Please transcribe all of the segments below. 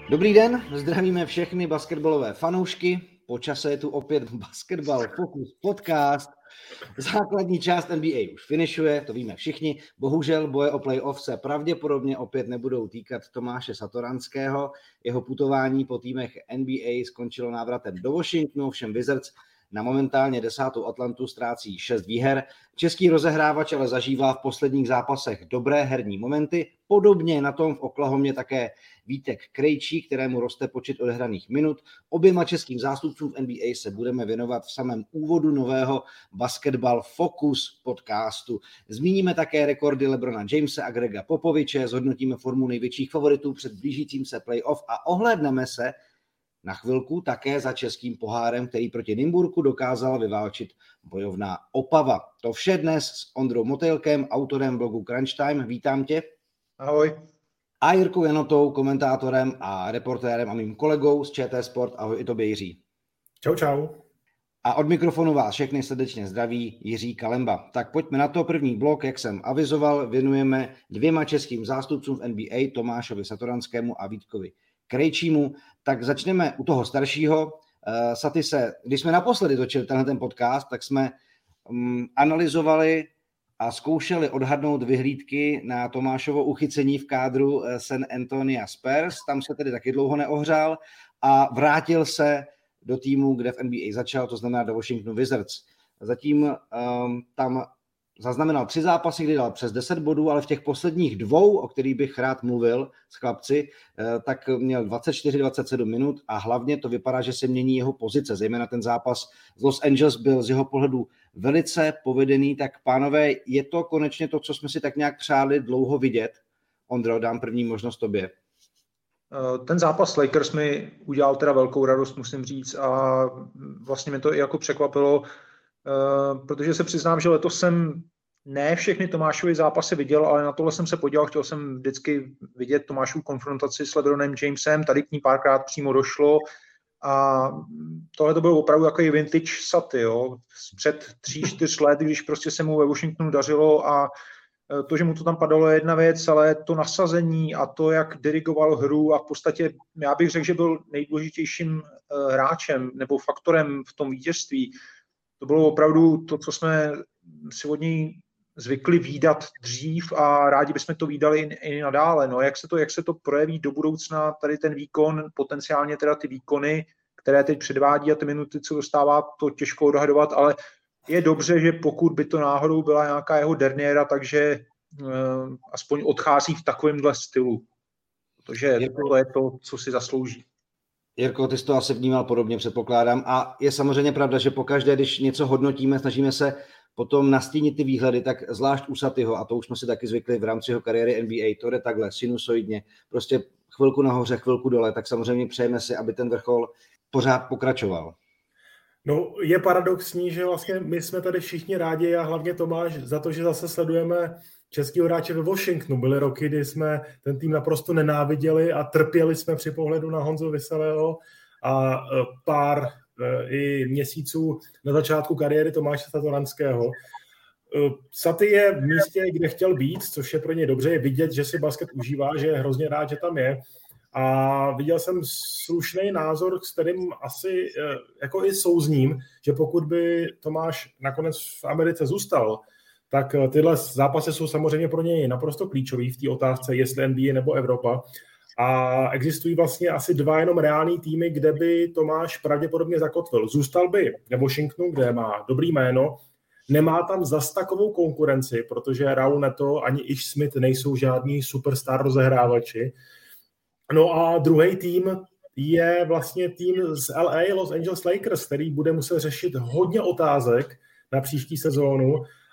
Dobrý den, zdravíme všechny basketbalové fanoušky. Po čase je tu opět Basketball Focus podcast. Základní část NBA už finišuje, to víme všichni. Bohužel boje o playoff se pravděpodobně opět nebudou týkat Tomáše Satoranského. Jeho putování po týmech NBA skončilo návratem do Washingtonu, ovšem Wizards na momentálně 10. Atlantu ztrácí 6 výher. Český rozehrávač ale zažívá v posledních zápasech dobré herní momenty. Podobně na tom v Oklahomě také Vítek Krejčí, kterému roste počet odehraných minut. Oběma českým zástupcům v NBA se budeme věnovat v samém úvodu nového Basketball Focus podcastu. Zmíníme také rekordy LeBrona Jamese a Grega Popoviče, zhodnotíme formu největších favoritů před blížícím se playoff a ohlédneme se na chvilku také za českým pohárem, který proti Nymburku dokázala vyválčit bojovná Opava. To vše dnes s Ondrou Motejlkem, autorem blogu Crunch Time. Vítám tě. Ahoj. A Jirkou Janotou, komentátorem a reportérem a mým kolegou z ČT Sport. Ahoj i tobě, Jiří. Čau, čau. A od mikrofonu vás všechny srdečně zdraví Jiří Kalemba. Tak pojďme na to. První blok, jak jsem avizoval, věnujeme dvěma českým zástupcům v NBA, Tomášovi Satoranskému a Vítkovi Krejčímu. Tak začneme u toho staršího. Saty když jsme naposledy točili ten podcast, tak jsme analyzovali a zkoušeli odhadnout vyhlídky na Tomášovo uchycení v kádru San Antonio Spurs. Tam se tedy taky dlouho neohřál a vrátil se do týmu, kde v NBA začal, to znamená do Washington Wizards. Zatím tam zaznamenal 3 zápasy, kdy dal přes 10 bodů, ale v těch posledních 2, o kterých bych rád mluvil s chlapci, tak měl 24-27 minut a hlavně to vypadá, že se mění jeho pozice. Zejména ten zápas z Los Angeles byl z jeho pohledu velice povedený. Tak pánové, je to konečně to, co jsme si tak nějak přáli dlouho vidět? Ondro, dám první možnost tobě. Ten zápas Lakers mi udělal teda velkou radost, musím říct, a vlastně mě to i jako překvapilo, protože se přiznám, že letos jsem ne všechny Tomášovy zápasy viděl, ale na tohle jsem se podíval, chtěl jsem vždycky vidět Tomášovu konfrontaci s LeBronem Jamesem, tady k ní párkrát přímo došlo a tohle to bylo opravdu takový vintage Saty, jo, před 3-4 let, když prostě se mu ve Washingtonu dařilo a to, že mu to tam padalo, je jedna věc, ale to nasazení a to, jak dirigoval hru a v podstatě, já bych řekl, že byl nejdůležitějším hráčem nebo faktorem v tom vítězství. To bylo opravdu to, co jsme si od něj zvykli vídat dřív a rádi bychom to vídali i nadále. No, jak se to projeví do budoucna, tady ten výkon, potenciálně teda ty výkony, které teď předvádí a ty minuty, co dostává, to těžko odhadovat, ale je dobře, že pokud by to náhodou byla nějaká jeho derniéra, takže aspoň odchází v takovémhle stylu. Protože to je to, co si zaslouží. Jirko, ty jsi to asi vnímal podobně, předpokládám. A je samozřejmě pravda, že pokaždé, když něco hodnotíme, snažíme se potom nastínit ty výhledy, tak zvlášť u Satyho, a to už jsme si taky zvykli v rámci jeho kariéry NBA, to jde takhle, sinusoidně, prostě chvilku nahoře, chvilku dole, tak samozřejmě přejeme si, aby ten vrchol pořád pokračoval. No, je paradoxní, že vlastně my jsme tady všichni rádi a hlavně Tomáš za to, že zase sledujeme českého hráče ve Washingtonu. Byly roky, kdy jsme ten tým naprosto nenáviděli a trpěli jsme při pohledu na Honzu Veselého a pár i měsíců na začátku kariéry Tomáše Satoranského. Saty je v místě, kde chtěl být, což je pro ně dobře, je vidět, že si basket užívá, že je hrozně rád, že tam je. A viděl jsem slušný názor, s kterým asi jako i souzním, že pokud by Tomáš nakonec v Americe zůstal, tak tyhle zápasy jsou samozřejmě pro něj naprosto klíčový v té otázce, jestli NBA nebo Evropa. A existují vlastně asi 2 jenom reální týmy, kde by Tomáš pravděpodobně zakotvil. Zůstal by ve Washingtonu, kde má dobrý jméno, nemá tam zas takovou konkurenci, protože Raul Neto ani Ish Smith nejsou žádní superstar rozehrávači. No a druhý tým je vlastně tým z LA, Los Angeles Lakers, který bude muset řešit hodně otázek na příští sezónu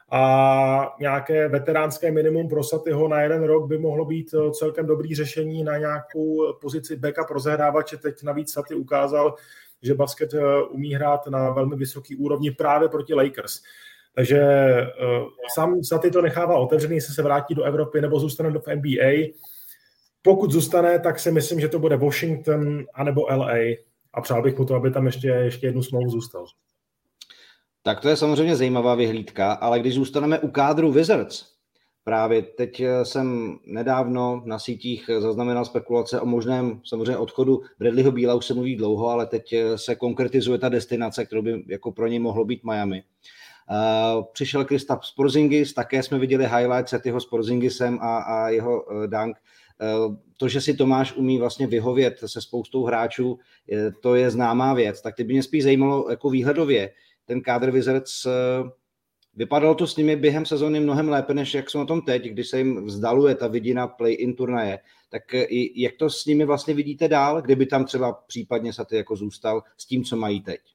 a nějaké veteránské minimum pro Satyho na 1 rok by mohlo být celkem dobrý řešení na nějakou pozici backup rozehrávače. Teď navíc Saty ukázal, že basket umí hrát na velmi vysoký úrovni právě proti Lakers. Takže sám Saty to nechává otevřený, jestli se vrátí do Evropy nebo zůstane v NBA. Pokud zůstane, tak si myslím, že to bude Washington anebo LA a přál bych mu to, aby tam ještě jednu smlouvu zůstal. Tak to je samozřejmě zajímavá vyhlídka, ale když zůstaneme u kádru Wizards, Právě teď jsem nedávno na sítích zaznamenal spekulace o možném samozřejmě odchodu Bradleyho Beala, už se mluví dlouho, ale teď se konkretizuje ta destinace, kterou by jako pro něj mohlo být Miami. Přišel Kristaps Porzingis, také jsme viděli highlights jeho s Porzingisem a jeho dunk. To, že si Tomáš umí vlastně vyhovět se spoustou hráčů, to je známá věc. Tak teď by mě spíš zajímalo jako výhledově. Ten kádr Wizards, vypadalo to s nimi během sezóny mnohem lépe, než jak jsou na tom teď, když se jim vzdaluje ta vidina play-in turnaje. Tak jak to s nimi vlastně vidíte dál, kdyby tam třeba případně Saty jako zůstal s tím, co mají teď?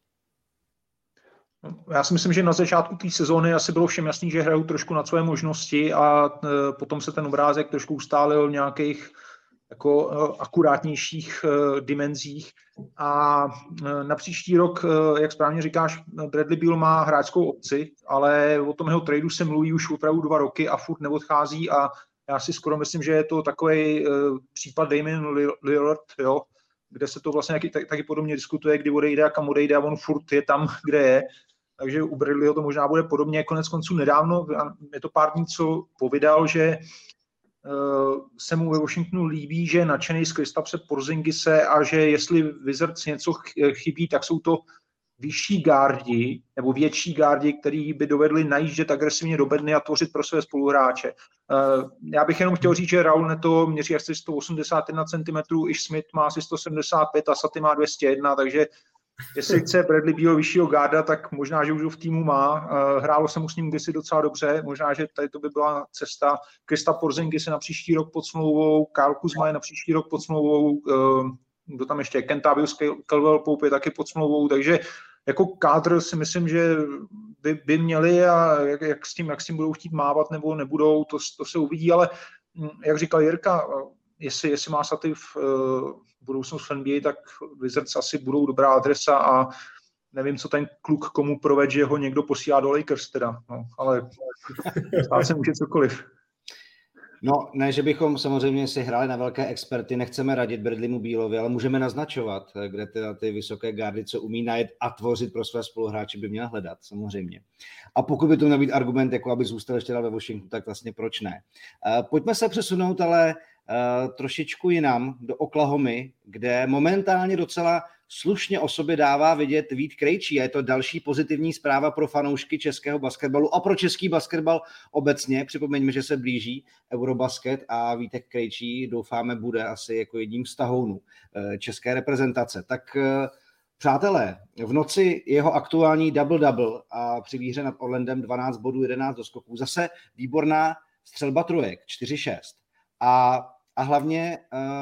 Já si myslím, že na začátku té sezóny asi bylo všem jasný, že hrajou trošku nad své možnosti a potom se ten obrázek trošku ustálil v nějakých jako akurátnějších dimenzích. A na příští rok, jak správně říkáš, Bradley Beal má hráčskou opci, ale o tom jeho tradu se mluví už opravdu 2 roky a furt neodchází a já si skoro myslím, že je to takový případ Damian Lillard, jo, kde se to vlastně taky podobně diskutuje, kdy odejde a kam odejde a on furt je tam, kde je. Takže u Bradleyho to možná bude podobně. Konec konců nedávno, je to pár dní, co povídal, že se mu ve Washingtonu líbí, že je nadšený z Kristapse Porzingise a že jestli Wizards něco chybí, tak jsou to vyšší gardi nebo větší gardi, který by dovedli najíždět agresivně do bedny a tvořit pro své spoluhráče. Já bych jenom chtěl říct, že Raul Neto měří asi 181 cm, Ish Smith má asi 175 a Saty má 201, takže jestli chce Bradley Beal vyššího garda, tak možná, že už ho v týmu má. Hrálo se mu s ním kdysi docela dobře, možná, že tady to by byla cesta. Kristaps Porzingis je na příští rok pod smlouvou, Kyle Kuzma je na příští rok pod smlouvou, kdo tam ještě, Kentavious Caldwell-Pope je taky pod smlouvou, takže jako kádr si myslím, že by měli a jak s tím budou chtít mávat nebo nebudou, to se uvidí, ale jak říkal Jirka, jestli má Saty v budoucnost v NBA, tak Wizards asi budou dobrá adresa a nevím, co ten kluk komu proved, že ho někdo posílá do Lakers teda, no, ale stát se může cokoliv. No, ne, že bychom samozřejmě si hráli na velké experty, nechceme radit Bradleymu Bealovi, ale můžeme naznačovat, kde ty vysoké gardy, co umí najet a tvořit pro své spoluhráče, by měl hledat, samozřejmě. A pokud by to měl být argument, jako aby zůstal ještě ve Washingtonu, tak vlastně proč ne? Pojďme se přesunout ale trošičku jinam, do Oklahomy, kde momentálně docela slušně o sobě dává vidět Vít Krejčí a je to další pozitivní zpráva pro fanoušky českého basketbalu a pro český basketbal obecně. Připomeňme, že se blíží Eurobasket a Vítek Krejčí, doufáme, bude asi jako jedním z tahounů české reprezentace. Tak přátelé, v noci jeho aktuální double-double a při výhře nad Orlandem 12 bodů, 11 doskoků. Zase výborná střelba trojek, 4-6. A hlavně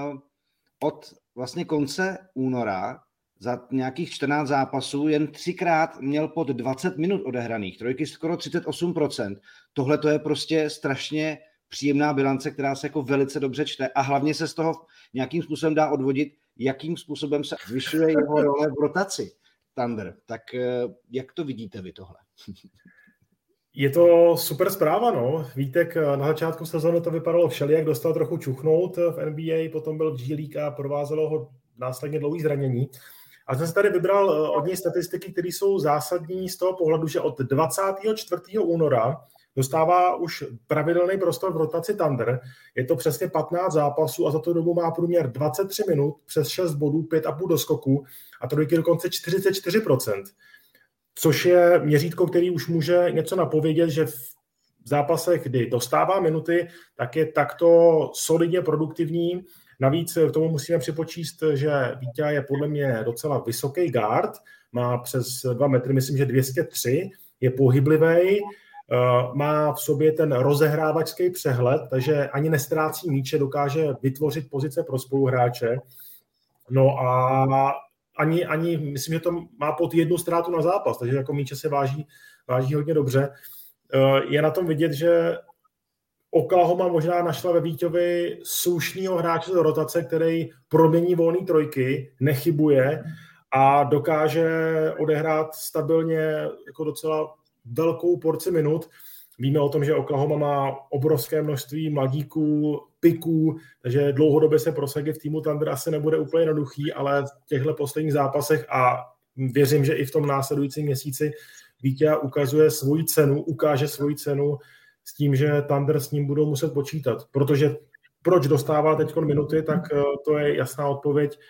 od vlastně konce února za nějakých 14 zápasů jen 3krát měl pod 20 minut odehraných. Trojky skoro 38%. Tohle to je prostě strašně příjemná bilance, která se jako velice dobře čte a hlavně se z toho nějakým způsobem dá odvodit, jakým způsobem se zvyšuje jeho role v rotaci Thunder. Tak jak to vidíte vy tohle? Je to super zpráva, no. Vítek na začátku sezóny to vypadalo všelijak, dostal trochu čuchnout v NBA, potom byl v G League a provázelo ho následně dlouhý zranění. A jsem si tady vybral od něj statistiky, které jsou zásadní z toho pohledu, že od 24. února dostává už pravidelný prostor v rotaci Thunder. Je to přesně 15 zápasů a za tu dobu má průměr 23 minut, přes 6 bodů, 5,5 doskoku a trojky dokonce 44%. Což je měřítko, který už může něco napovědět, že v zápasech, kdy dostává minuty, tak je takto solidně produktivní. Navíc k tomu musíme připočíst, že Vítě je podle mě docela vysoký guard, má přes 2 metry, myslím, že 203, je pohyblivý, má v sobě ten rozehrávačský přehled, takže ani nestrácí míče, dokáže vytvořit pozice pro spoluhráče. No a ani myslím, že to má pod 1 ztrátu na zápas, takže jako míče se váží hodně dobře. Je na tom vidět, že Oklahoma možná našla ve Víťovi slušnýho hráče do rotace, který promění volný trojky, nechybuje a dokáže odehrát stabilně jako docela velkou porci minut. Víme o tom, že Oklahoma má obrovské množství mladíků, piků, takže dlouhodobě se prosadit v týmu Thunder asi nebude úplně jednoduchý, ale v těchto posledních zápasech a věřím, že i v tom následujícím měsíci Vítě ukáže svoji cenu s tím, že Thunder s ním budou muset počítat. Protože proč dostává teď minuty, tak to je jasná odpověď.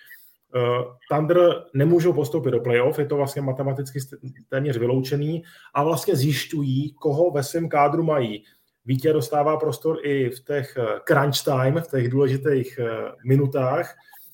Thunder nemůžou postoupit do playoff, je to vlastně matematicky téměř vyloučený a vlastně zjišťují, koho ve svém kádru mají. Vítě dostává prostor i v těch crunch time, v těch důležitých minutách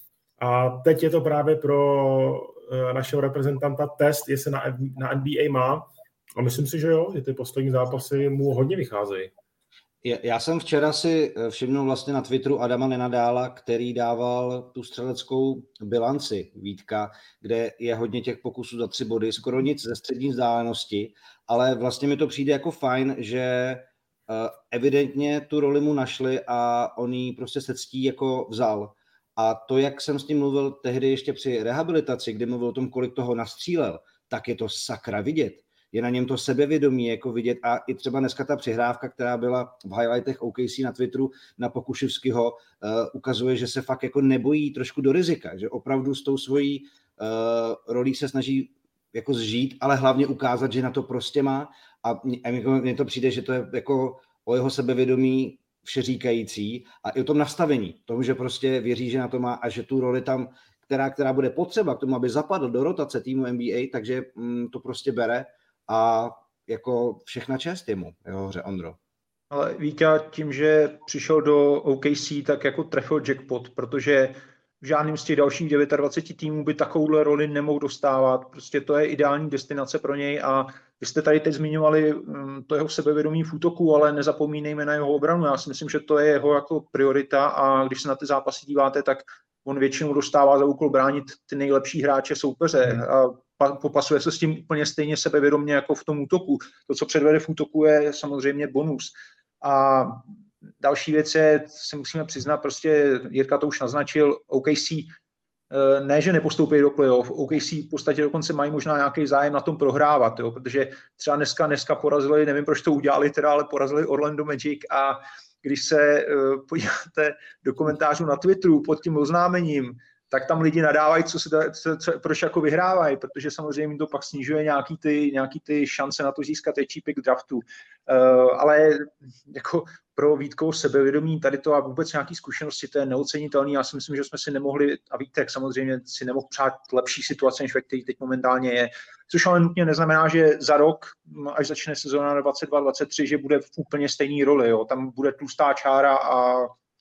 a teď je to právě pro našeho reprezentanta test, jestli na NBA má a myslím si, že jo, že ty poslední zápasy mu hodně vycházejí. Já jsem včera si všimnul vlastně na Twitteru Adama Nenadála, který dával tu střeleckou bilanci Vítka, kde je hodně těch pokusů za 3 body, skoro nic ze střední vzdálenosti, ale vlastně mi to přijde jako fajn, že evidentně tu roli mu našli a on ji prostě se ctí jako vzal. A to, jak jsem s ním mluvil tehdy ještě při rehabilitaci, kdy mluvil o tom, kolik toho nastřílel, tak je to sakra vidět. Je na něm to sebevědomí jako vidět a i třeba dneska ta přihrávka, která byla v highlightech OKC na Twitteru na Pokuševského, ukazuje, že se fakt jako nebojí trošku do rizika, že opravdu s tou svojí rolí se snaží jako zžít, ale hlavně ukázat, že na to prostě má a mně to přijde, že to je jako o jeho sebevědomí všeříkající a i o tom nastavení, tomu, že prostě věří, že na to má a že tu roli tam, která bude potřeba k tomu, aby zapadl do rotace týmu NBA, takže to prostě bere a jako všechna čest jemu, jeho hře, Ondro. Ale Vítě tím, že přišel do OKC, tak jako trefil jackpot, protože v žádným z těch dalších 29 týmů by takovouhle roli nemohl dostávat. Prostě to je ideální destinace pro něj a vy jste tady teď zmiňovali to jeho sebevědomí v útoku, ale nezapomínejme na jeho obranu. Já si myslím, že to je jeho jako priorita a když se na ty zápasy díváte, tak on většinou dostává za úkol bránit ty nejlepší hráče soupeře a popasuje se s tím úplně stejně sebevědomě jako v tom útoku. To, co předvede v útoku, je samozřejmě bonus. A další věc je, si musíme přiznat, prostě Jirka to už naznačil, OKC ne, že nepostoupí do playoff, OKC v podstatě dokonce mají možná nějaký zájem na tom prohrávat, jo, protože třeba dneska porazili, nevím, proč to udělali, teda, ale porazili Orlando Magic a když se podíváte do komentářů na Twitteru pod tím oznámením, tak tam lidi nadávají, proč jako vyhrávají, protože samozřejmě jim to pak snižuje nějaký ty šance na to získat větší pick draftu. Ale jako pro Vítkovo sebevědomí tady to a vůbec nějaký zkušenosti, to je neocenitelný. Já si myslím, že jsme si nemohli, a Vítek samozřejmě si nemohl přát lepší situace, než ve který teď momentálně je. Což ale nutně neznamená, že za rok, až začne sezóna 22-23, že bude v úplně stejný roli. Jo. Tam bude tlustá čára a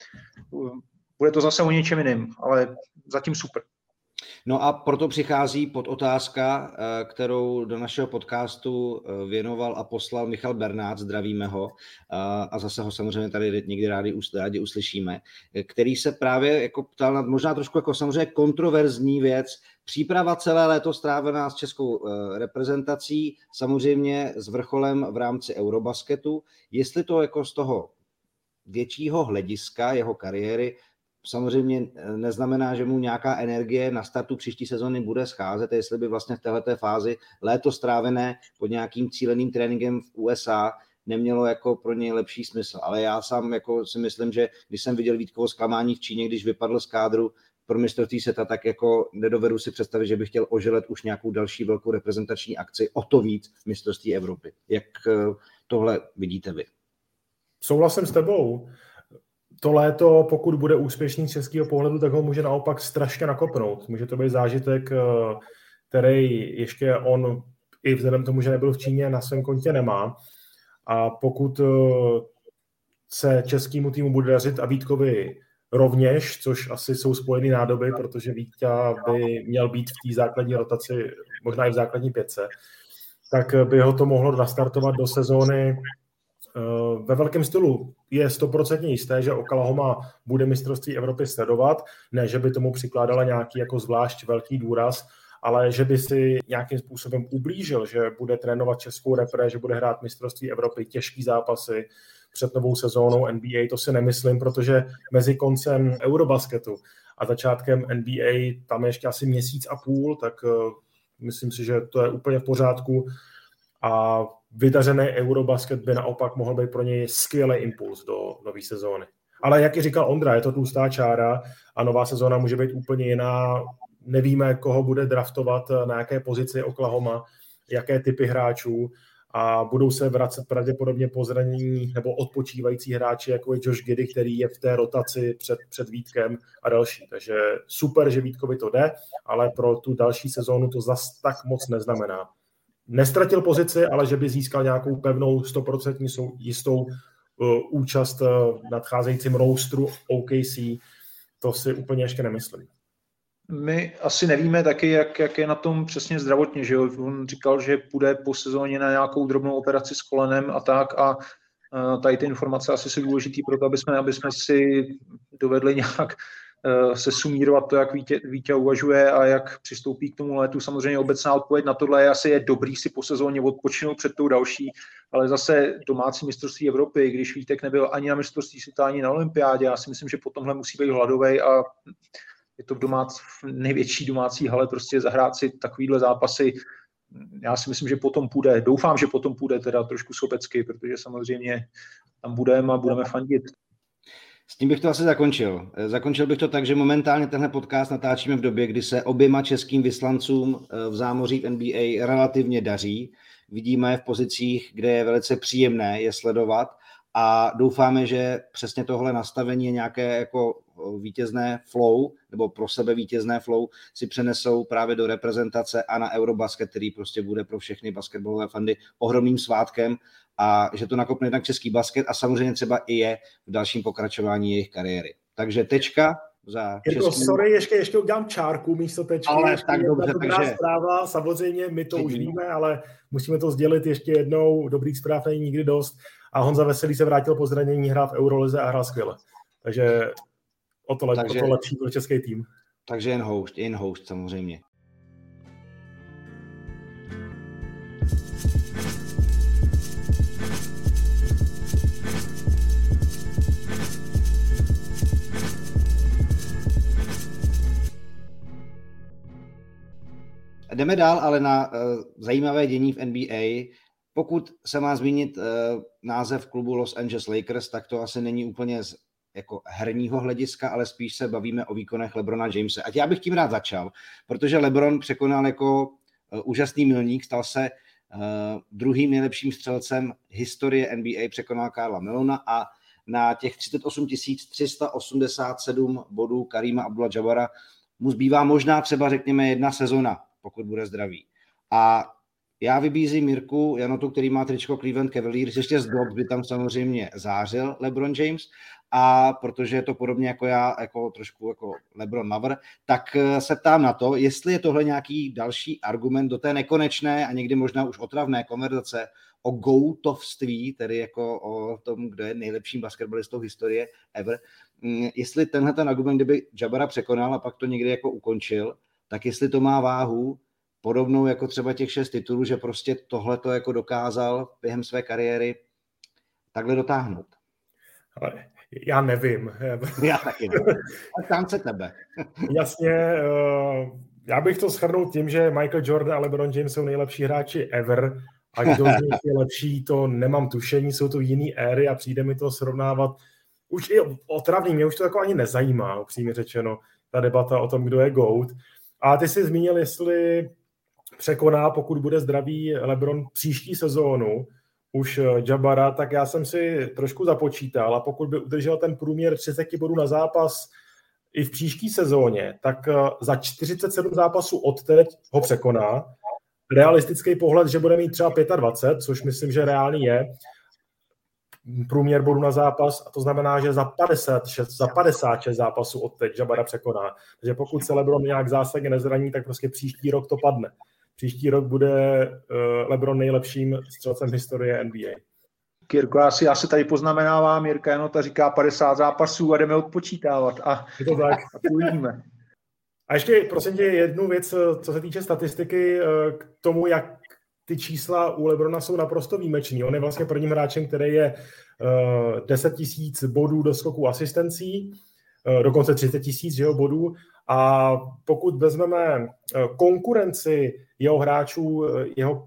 bude to zase o něčem jiným, ale zatím super. No a proto přichází podotázka, kterou do našeho podcastu věnoval a poslal Michal Bernát, zdravíme ho, a zase ho samozřejmě tady někdy rádi uslyšíme, který se právě jako ptal na možná trošku jako samozřejmě kontroverzní věc, příprava celé léto strávená s českou reprezentací, samozřejmě s vrcholem v rámci Eurobasketu, jestli to jako z toho většího hlediska jeho kariéry samozřejmě neznamená, že mu nějaká energie na startu příští sezóny bude scházet, jestli by vlastně v téhleté fázi léto strávené pod nějakým cíleným tréninkem v USA nemělo jako pro něj lepší smysl. Ale já sám jako si myslím, že když jsem viděl Vítkovo zklamání v Číně, když vypadl z kádru pro mistrovství světa, tak jako nedovedu si představit, že bych chtěl oželet už nějakou další velkou reprezentační akci, o to víc mistrovství Evropy. Jak tohle vidíte vy? Souhlasím s tebou. To léto, pokud bude úspěšný z českého pohledu, tak ho může naopak strašně nakopnout. Může to být zážitek, který ještě on, i vzhledem tomu, že nebyl v Číně, na svém kontě nemá. A pokud se českému týmu bude dařit a Vítkovi rovněž, což asi jsou spojený nádoby, protože Víťa by měl být v té základní rotaci, možná i v základní pětce, tak by ho to mohlo nastartovat do sezóny ve velkém stylu. Je 100% jisté, že Oklahoma bude mistrovství Evropy sledovat, ne, že by tomu přikládala nějaký jako zvlášť velký důraz, ale že by si nějakým způsobem ublížil, že bude trénovat českou repre, že bude hrát mistrovství Evropy, těžký zápasy před novou sezónou NBA, to si nemyslím, protože mezi koncem Eurobasketu a začátkem NBA tam je ještě asi měsíc a půl, tak myslím si, že to je úplně v pořádku a vydařený Eurobasket by naopak mohl být pro něj skvělý impuls do nové sezóny. Ale jak i říkal Ondra, je to tlustá čára a nová sezóna může být úplně jiná. Nevíme, koho bude draftovat, na jaké pozici Oklahoma, jaké typy hráčů a budou se vracet pravděpodobně po zranění nebo odpočívající hráči, jako je Josh Giddey, který je v té rotaci před Vítkem a další. Takže super, že Vítkovi to jde, ale pro tu další sezónu to zas tak moc neznamená. Nestratil pozici, ale že by získal nějakou pevnou 100% jistou účast v nadcházejícím rosteru OKC, to si úplně ještě nemyslím. My asi nevíme taky, jak je na tom přesně zdravotně, že jo? On říkal, že půjde po sezóně na nějakou drobnou operaci s kolenem a tak a tady ty informace asi jsou důležitý pro to, aby jsme si dovedli nějak se sumírovat to, jak Vítě uvažuje a jak přistoupí k tomu letu. Samozřejmě obecná odpověď na tohle je dobrý si po sezóně odpočinout před tou další, ale zase domácí mistrovství Evropy, když Vítek nebyl ani na mistrovství světa, ani na olympiádě, já si myslím, že po tomhle musí být hladovej a je to v největší domácí hale prostě zahrát si takovýhle zápasy. Já si myslím, že potom půjde. Doufám, že potom půjde teda trošku sobecky, protože samozřejmě tam budeme a budeme fandit. S tím bych to asi zakončil. Zakončil bych to tak, že momentálně tenhle podcast natáčíme v době, kdy se oběma českým vyslancům v zámoří v NBA relativně daří. Vidíme je v pozicích, kde je velice příjemné je sledovat a doufáme, že přesně tohle nastavení je nějaké jako vítězné flow, nebo pro sebe vítězné flow si přenesou právě do reprezentace a na Eurobasket, který prostě bude pro všechny basketbalové fandy ohromným svátkem a že to nakopne jednak český basket a samozřejmě třeba i je v dalším pokračování jejich kariéry. Takže tečka za českým... Sorry, ještě udělám čárku místo tečky. Ale tak dobře, takže... zpráva, samozřejmě my to už víme, ale musíme to sdělit ještě jednou, dobrých zpráv není nikdy dost a Honza Veselý se vrátil po zranění, hrál v Eurolize a hrál skvěle. Takže o to lepší pro český tým. Takže jen host samozřejmě. Jdeme dál, ale na zajímavé dění v NBA. Pokud se má zmínit název klubu Los Angeles Lakers, tak to asi není úplně z jako herního hlediska, ale spíš se bavíme o výkonech LeBrona Jamese. A já bych tím rád začal, protože LeBron překonal jako úžasný milník, stal se druhým nejlepším střelcem historie NBA, překonal Karla Melona a na těch 38 387 bodů Karíma Abdul-Jabbara mu zbývá možná třeba řekněme jedna sezona, pokud bude zdravý. A já vybízím Mirku Janotu, který má tričko Cleveland Cavaliers, ještě z dob by tam samozřejmě zářil LeBron James, a protože je to podobně jako já, jako trošku jako LeBron lover, tak se ptám na to, jestli je tohle nějaký další argument do té nekonečné a někdy možná už otravné konverzace o goutovství, tedy jako o tom, kdo je nejlepším basketbalistou historie ever. Jestli tenhle ten argument, kdyby Jabbara překonal a pak to někdy jako ukončil, tak jestli to má váhu podobnou jako třeba těch 6 titulů, že prostě tohleto jako dokázal během své kariéry takhle dotáhnout. Ale já nevím. Já taky nevím. Ptám se tebe. Jasně, já bych to shrnul tím, že Michael Jordan a LeBron James jsou nejlepší hráči ever a kdo z nich je lepší, to nemám tušení, jsou to jiný éry a přijde mi to srovnávat už i otravný, mě už to jako ani nezajímá, upřímně řečeno, ta debata o tom, kdo je GOAT. A ty jsi zmínil, jestli překoná, pokud bude zdravý LeBron příští sezónu, už Jabbara, tak já jsem si trošku započítal a pokud by udržel ten průměr 30 bodů na zápas i v příští sezóně, tak za 47 zápasů od teď ho překoná. Realistický pohled, že bude mít třeba 25, což myslím, že reálný je, průměr bodů na zápas, a to znamená, že za 56 zápasů od teď Jabbara překoná. Takže pokud se LeBron nějak zásadně nezraní, tak prostě příští rok to padne. Příští rok bude LeBron nejlepším střelcem historie NBA. Kirko, já si tady poznamenávám, Jirka Janota říká 50 zápasů a jdeme odpočítávat. A to tak. uvidíme. A ještě prosím tě jednu věc, co se týče statistiky, k tomu, jak ty čísla u LeBrona jsou naprosto výjimečný. On je vlastně prvním hráčem, který je 10 000 bodů do skoku asistencí, dokonce 30 000 bodů. A pokud vezmeme konkurenci jeho hráčů, jeho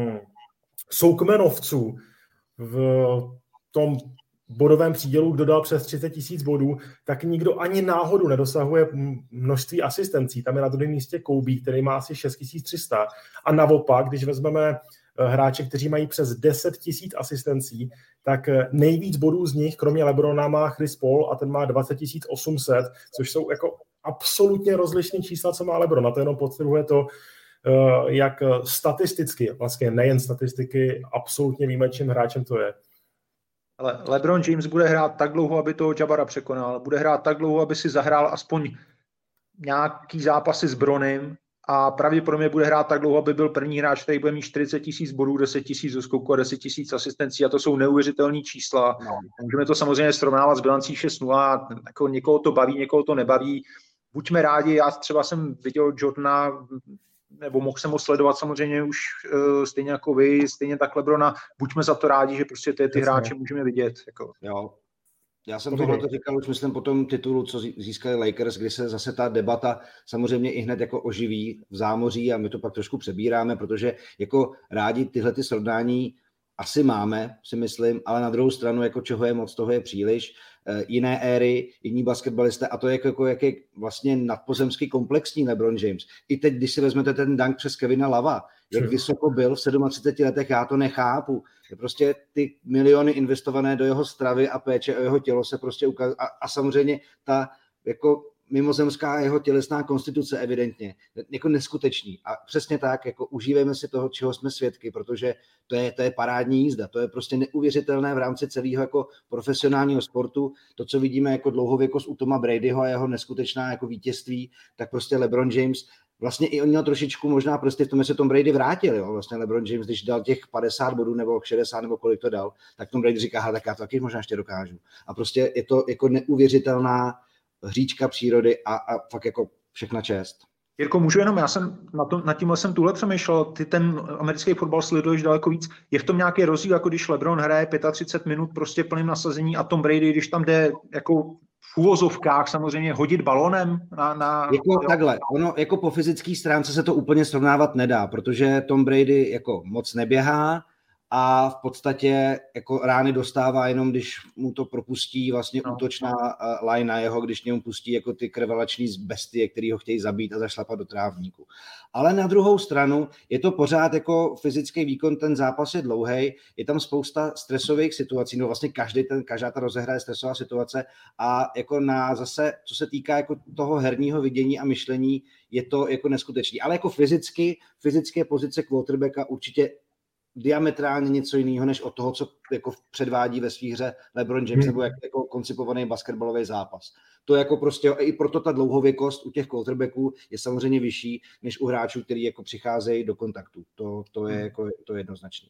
soukmenovců v tom bodovém přídělu, kdo dal přes 30 000 bodů, tak nikdo ani náhodou nedosahuje množství asistencí. Tam je na druhém místě Kobe, který má asi 6 300. A naopak, když vezmeme hráče, kteří mají přes 10 000 asistencí, tak nejvíc bodů z nich, kromě LeBrona, má Chris Paul a ten má 20 800, což jsou jako absolutně rozlišné čísla, co má LeBron. A to jenom podtrhuje to, jak statisticky, vlastně nejen statistiky, absolutně výjimečným hráčem to je. Ale LeBron James bude hrát tak dlouho, aby toho Jabara překonal. Bude hrát tak dlouho, aby si zahrál aspoň nějaký zápasy s Bronem a pravděpodobně bude hrát tak dlouho, aby byl první hráč, který bude mít 40 000 bodů, 10 000 do skoku a 10 000 asistencí a to jsou neuvěřitelné čísla. No. Můžeme to samozřejmě srovnávat s bilancí 6-0, jako někoho to baví, někoho to nebaví. Buďme rádi, já třeba jsem viděl Jordana, nebo mohl jsem ho sledovat samozřejmě už stejně jako vy, stejně tak LeBrona. Buďme za to rádi, že prostě ty hráče můžeme vidět. Jako. Jo. Já jsem tohle to říkal už myslím po tom titulu, co získali Lakers, kdy se zase ta debata samozřejmě i hned jako oživí v zámoří a my to pak trošku přebíráme, protože jako rádi tyhle ty srovnání asi máme, si myslím, ale na druhou stranu, jako čeho je moc, toho je příliš. Jiné éry, jiní basketbalisté a to je jako jak je vlastně nadpozemsky komplexní LeBron James. I teď, když si vezmete ten dunk přes Kevina Lava, jak vysoko byl v 37 letech, já to nechápu. Prostě ty miliony investované do jeho stravy a péče o jeho tělo se prostě ukazují. A samozřejmě ta jako mimozemská jeho tělesná konstituce evidentně, jako neskutečný. A přesně tak, jako užívejme si toho, čeho jsme svědky, protože to je parádní jízda, to je prostě neuvěřitelné v rámci celého jako profesionálního sportu. To, co vidíme jako dlouhověkost u Toma Bradyho a jeho neskutečná jako vítězství, tak prostě LeBron James, vlastně i on měl trošičku možná prostě v tom, že Tom Brady vrátil, jo. Vlastně LeBron James, když dal těch 50 bodů nebo 60 nebo kolik to dal, tak Tom Brady říká, tak já to taky možná ještě dokážu. A prostě je to jako neuvěřitelná hříčka přírody a fakt jako všechna čest. Jirko, můžu jenom, já jsem nad tímhle jsem tuhle přemýšlel, ty ten americký fotbal sleduješ daleko víc. Je v tom nějaký rozdíl, jako když LeBron hraje 35 minut prostě plným nasazení a Tom Brady, když tam jde jako v uvozovkách samozřejmě hodit balonem na jako takhle, ono jako po fyzické stránce se to úplně srovnávat nedá, protože Tom Brady jako moc neběhá a v podstatě jako rány dostává jenom, když mu to propustí vlastně útočná line na jeho, když němu pustí jako ty krvelační bestie, který ho chtějí zabít a zašlapat do trávníku. Ale na druhou stranu je to pořád jako fyzický výkon, ten zápas je dlouhej, je tam spousta stresových situací, no vlastně každá ta rozehra je stresová situace a jako na zase, co se týká jako toho herního vidění a myšlení, je to jako neskutečný. Ale jako fyzické pozice quarterbacka určitě diametrálně něco jiného, než od toho, co jako předvádí ve svý hře LeBron James, nebo jako koncipovaný basketbalový zápas. To jako prostě, i proto ta dlouhověkost u těch quarterbacků je samozřejmě vyšší, než u hráčů, kteří jako přicházejí do kontaktu. To je jako to jednoznačné.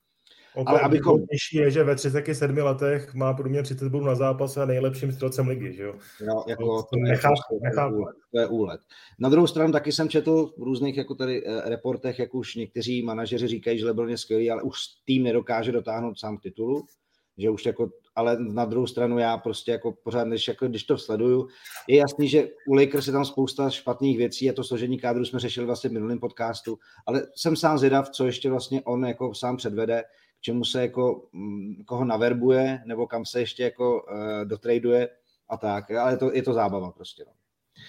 Ale abychom je, že ve 37 letech má průměr 30 bodů na zápas a nejlepším střelcem ligy, že jo? No, jako nechápu. To je úlet. Na druhou stranu taky jsem četl v různých jako tady reportech, jak už někteří manažeři říkají, že LeBron je skvělý, ale už tým nedokáže dotáhnout sám k titulu, že už jako, ale na druhou stranu já prostě jako pořád, když to sleduju, je jasný, že u Lakers je tam spousta špatných věcí a to složení kádru jsme řešili vlastně v minulém podcastu, ale jsem sám zvědav, co ještě vlastně on jako sám předvede, k čemu se jako koho naverbuje, nebo kam se ještě jako dotraduje a tak, ale je to zábava prostě. No.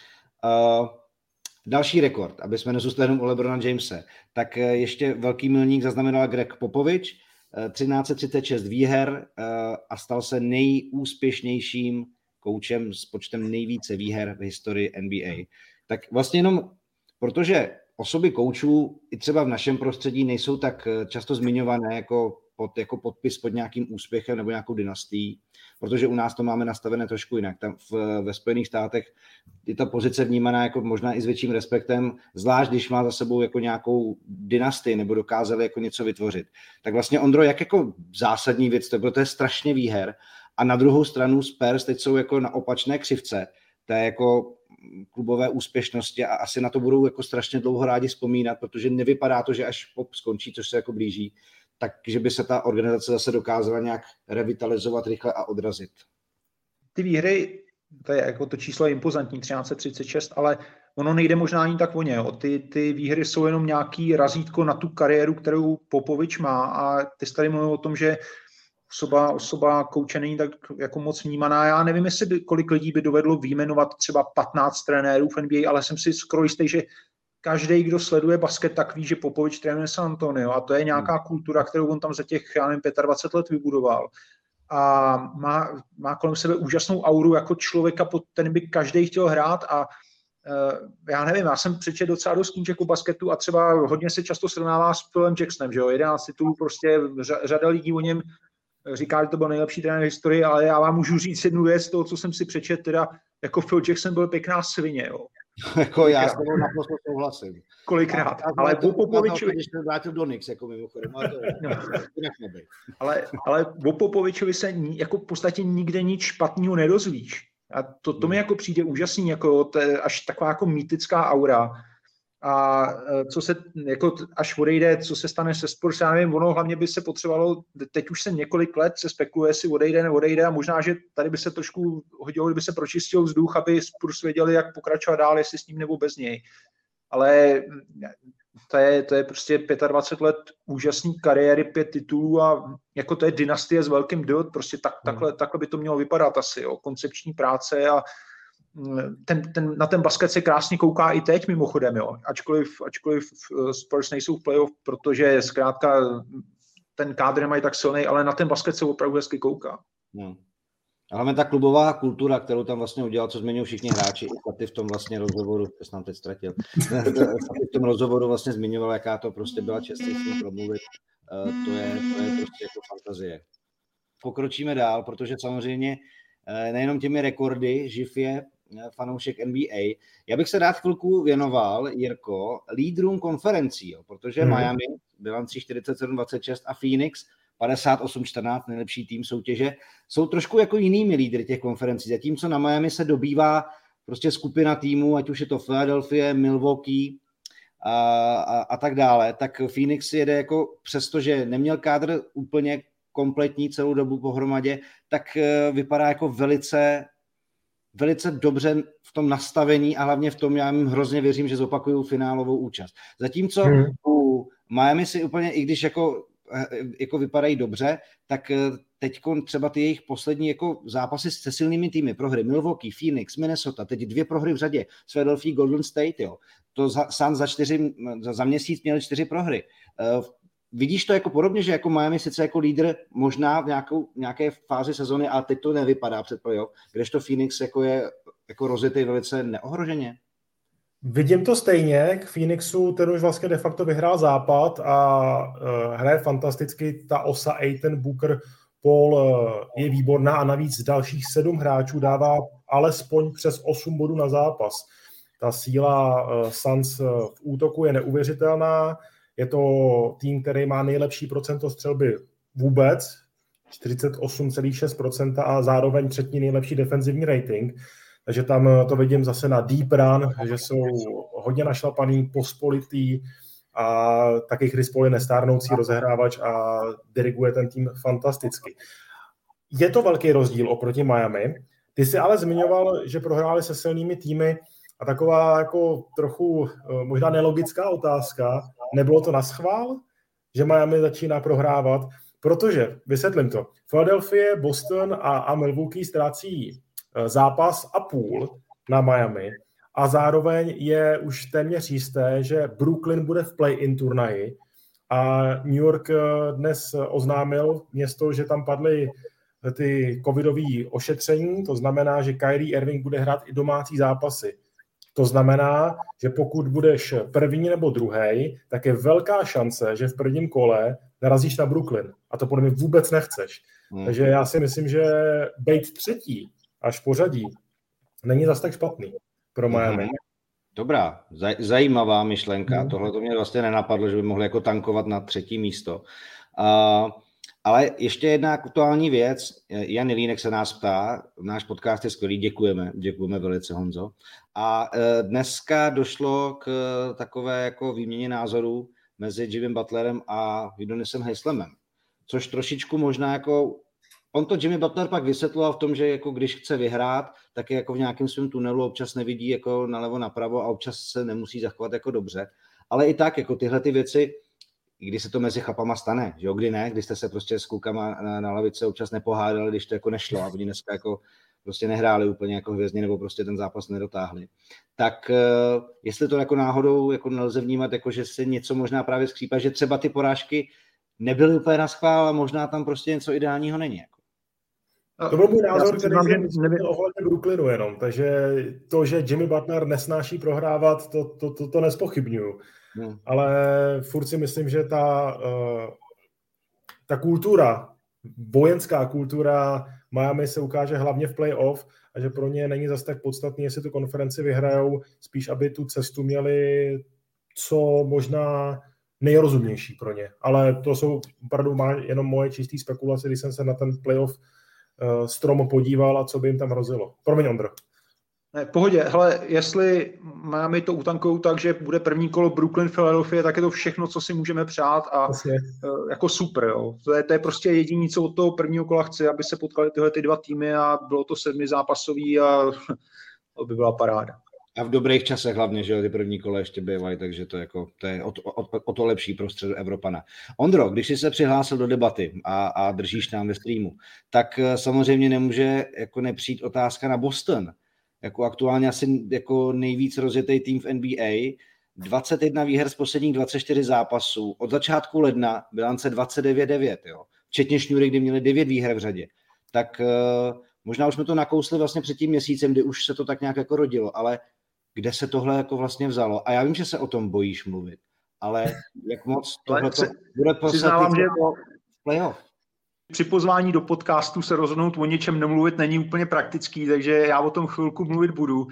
Další rekord, aby jsme nezůstali jenom u LeBrona Jamese, tak ještě velký milník zaznamenal Greg Popovich, 1336 výher a stal se nejúspěšnějším koučem s počtem nejvíce výher v historii NBA. Tak vlastně jenom, protože osoby koučů i třeba v našem prostředí nejsou tak často zmiňované jako podpis pod nějakým úspěchem nebo nějakou dynastií, protože u nás to máme nastavené trošku jinak. Tam ve Spojených státech je ta pozice vnímaná jako možná i s větším respektem, zvlášť když má za sebou jako nějakou dynastii nebo dokázali jako něco vytvořit. Tak vlastně, Ondro, jak jako zásadní věc to je strašně výher a na druhou stranu Spurs teď jsou jako na opačné křivce, to je jako klubové úspěšnosti a asi na to budou jako strašně dlouho rádi vzpomínat, protože nevypadá to, že až pop skončí, což se jako blíží, takže by se ta organizace zase dokázala nějak revitalizovat rychle a odrazit. Ty výhry, to je jako to číslo je impozantní, 1336, ale ono nejde možná ani tak o ně. Ty výhry jsou jenom nějaký razítko na tu kariéru, kterou Popovič má a ty jsi tady mluvil o tom, že osoba kouče není tak jako moc vnímaná. Já nevím, kolik lidí by dovedlo vyjmenovat třeba 15 trenérů v NBA, ale jsem si skoro jistý, že každý, kdo sleduje basket, tak ví, že Popovič trénuje San Antonio a to je nějaká kultura, kterou on tam za těch, já nevím, 25 let vybudoval. A má kolem sebe úžasnou auru jako člověka, pod ten by každý chtěl hrát a já nevím, já jsem přečetl docela dost knížek o basketu a třeba hodně se často srovnává s Philem Jacksonem, že jo, 11 titulů, prostě řada lidí o něm říká, že to byl nejlepší trenér v historii, ale já vám můžu říct jednu věc, toho, co jsem si přečetl, teda jako Phil Jackson byl pěkná svině, jo. Jako já s tebou naprosto souhlasím. Kolikrát, ale o Popovičovi... Když se vrátil do Knicks, jako mimochodem, ale to ale o Popovičovi se jako v podstatě nikde nic špatného nedozvíš. A to mi jako přijde úžasný, jako až taková jako mýtická aura. A co se, jako až odejde, co se stane se Spurs, já nevím, ono hlavně by se potřebovalo, teď už se několik let se spekuluje, jestli odejde, neodejde a možná, že tady by se trošku hodilo, kdyby se pročistil vzduch, aby Spurs věděli, jak pokračovat dál, jestli s ním nebo bez něj. Ale to je prostě 25 let úžasný kariéry, 5 titulů a jako to je dynastie s velkým D, prostě takhle by to mělo vypadat asi, jo. Koncepční práce a na ten basket se krásně kouká i teď mimochodem, jo. Ačkoliv Spurs nejsou v playoff, protože zkrátka ten kádr nemají tak silný, ale na ten basket se opravdu hezky kouká. A hlavně ta klubová kultura, kterou tam vlastně udělal, co zmiňují všichni hráči, i Paty v tom vlastně rozhovoru, to jsem teď ztratil, v tom rozhovoru vlastně zmiňoval, jaká to prostě byla čest s ním promluvit, to je prostě jako fantazie. Pokročíme dál, protože samozřejmě nejenom těmi rekordy živ je fanoušek NBA. Já bych se rád chvilku věnoval, Jirko, lídrům konferencí, jo, protože Miami, bilancí 47-26 a Phoenix 58-14, nejlepší tým soutěže, jsou trošku jako jinými lídry těch konferencí. Zatímco na Miami se dobývá prostě skupina týmů, ať už je to Philadelphia, Milwaukee a tak dále, tak Phoenix jede jako přestože neměl kádr úplně kompletní celou dobu pohromadě, tak vypadá jako velice dobře v tom nastavení a hlavně v tom, já jim hrozně věřím, že zopakují finálovou účast. Zatímco u Miami si úplně, i když jako vypadají dobře, tak teď třeba ty jejich poslední jako zápasy se silnými týmy, prohry Milwaukee, Phoenix, Minnesota, teď 2 prohry v řadě, Philadelphia, Golden State, jo. To Suns za měsíc měli 4 prohry. Vidíš to jako podobně, že jako Miami sice jako lídr možná v nějaké fázi sezony, ale teď to nevypadá před playoff, kdežto Phoenix jako je jako rozjetý velice neohroženě? Vidím to stejně, k Phoenixu ten už vlastně de facto vyhrál západ a hraje fantasticky, ta osa Ayton, Booker, Paul je výborná a navíc dalších 7 hráčů dává alespoň přes 8 bodů na zápas. Ta síla Suns v útoku je neuvěřitelná, je to tým, který má nejlepší procento střelby vůbec, 48,6% a zároveň 3. nejlepší defenzivní rating. Takže tam to vidím zase na deep run, že jsou hodně našlapaný, pospolitý a taky Chris Paul je nestárnoucí rozehrávač a diriguje ten tým fantasticky. Je to velký rozdíl oproti Miami. Ty jsi ale zmiňoval, že prohráli se silnými týmy a taková jako trochu možná nelogická otázka, nebylo to naschvál, že Miami začíná prohrávat? Protože, vysvětlím to, Philadelphia, Boston a Milwaukee ztrácí zápas a půl na Miami a zároveň je už téměř jisté, že Brooklyn bude v play-in turnaji a New York dnes oznámil město, že tam padly ty covidové ošetření, to znamená, že Kyrie Irving bude hrát i domácí zápasy. To znamená, že pokud budeš první nebo druhý, tak je velká šance, že v prvním kole narazíš na Brooklyn. A to podle mě vůbec nechceš. Takže já si myslím, že být třetí až v pořadí není zas tak špatný pro Miami. Dobrá, zajímavá myšlenka. Tohle to mě vlastně nenapadlo, že by mohli jako tankovat na 3. místo. Ale ještě jedna aktuální věc. Jan Jelínek se nás ptá, náš podcast je skvělý, děkujeme velice, Honzo. A dneska došlo k takové jako výměně názorů mezi Jimmym Butlerem a Udonisem Haslemem, což trošičku možná jako, on to Jimmy Butler pak vysvětloval v tom, že jako když chce vyhrát, tak je jako v nějakém svém tunelu, občas nevidí jako nalevo napravo a občas se nemusí zachovat jako dobře. Ale i tak, jako tyhle ty věci, i když se to mezi chlapama stane, že jo, kdy ne, když jste se prostě s klukama na lavice občas nepohádali, když to jako nešlo a oni dneska jako prostě nehráli úplně jako hvězdně nebo prostě ten zápas nedotáhli. Tak jestli to jako náhodou jako nelze vnímat, jako že se něco možná právě skřípá, že třeba ty porážky nebyly úplně na schvál a možná tam prostě něco ideálního není. Jako. To byl můj názor, který je ohledně Brooklynu jenom, takže to, že Jimmy Butler nesnáší prohrávat, to nespochybňuju. Ale furt si myslím, že ta kultura, vojenská kultura Miami se ukáže hlavně v playoff a že pro ně není zase tak podstatný, jestli tu konferenci vyhrajou, spíš aby tu cestu měli co možná nejrozumnější pro ně. Ale to jsou opravdu jenom moje čisté spekulace, když jsem se na ten playoff strom podíval a co by jim tam hrozilo. Promiň, Ondro. Ne, v pohodě. Hele, jestli máme to utankujou tak, že bude první kolo Brooklyn, Philadelphia, tak je to všechno, co si můžeme přát a jako super. Jo. To je prostě jediné, co od toho prvního kola chci, aby se potkali tyhle ty dva týmy a bylo to 7zápasový a to by byla paráda. A v dobrých časech hlavně, že jo, ty první kola ještě bývají, takže to je o to lepší pro středu Evropana. Ondro, když jsi se přihlásil do debaty a držíš nám ve streamu, tak samozřejmě nemůže jako nepřijít otázka na Boston. Jako aktuálně asi jako nejvíc rozjetý tým v NBA, 21 výher z posledních 24 zápasů, od začátku ledna bilance 29-9, jo, včetně šňůry, kdy měli 9 výher v řadě. Tak možná už jsme to nakousli vlastně před tím měsícem, kdy už se to tak nějak jako rodilo, ale kde se tohle jako vlastně vzalo? A já vím, že se o tom bojíš mluvit, ale jak moc tohle bude přiznávám, že playoff? Při pozvání do podcastu se rozhodnout o něčem nemluvit není úplně praktický, takže já o tom chvilku mluvit budu.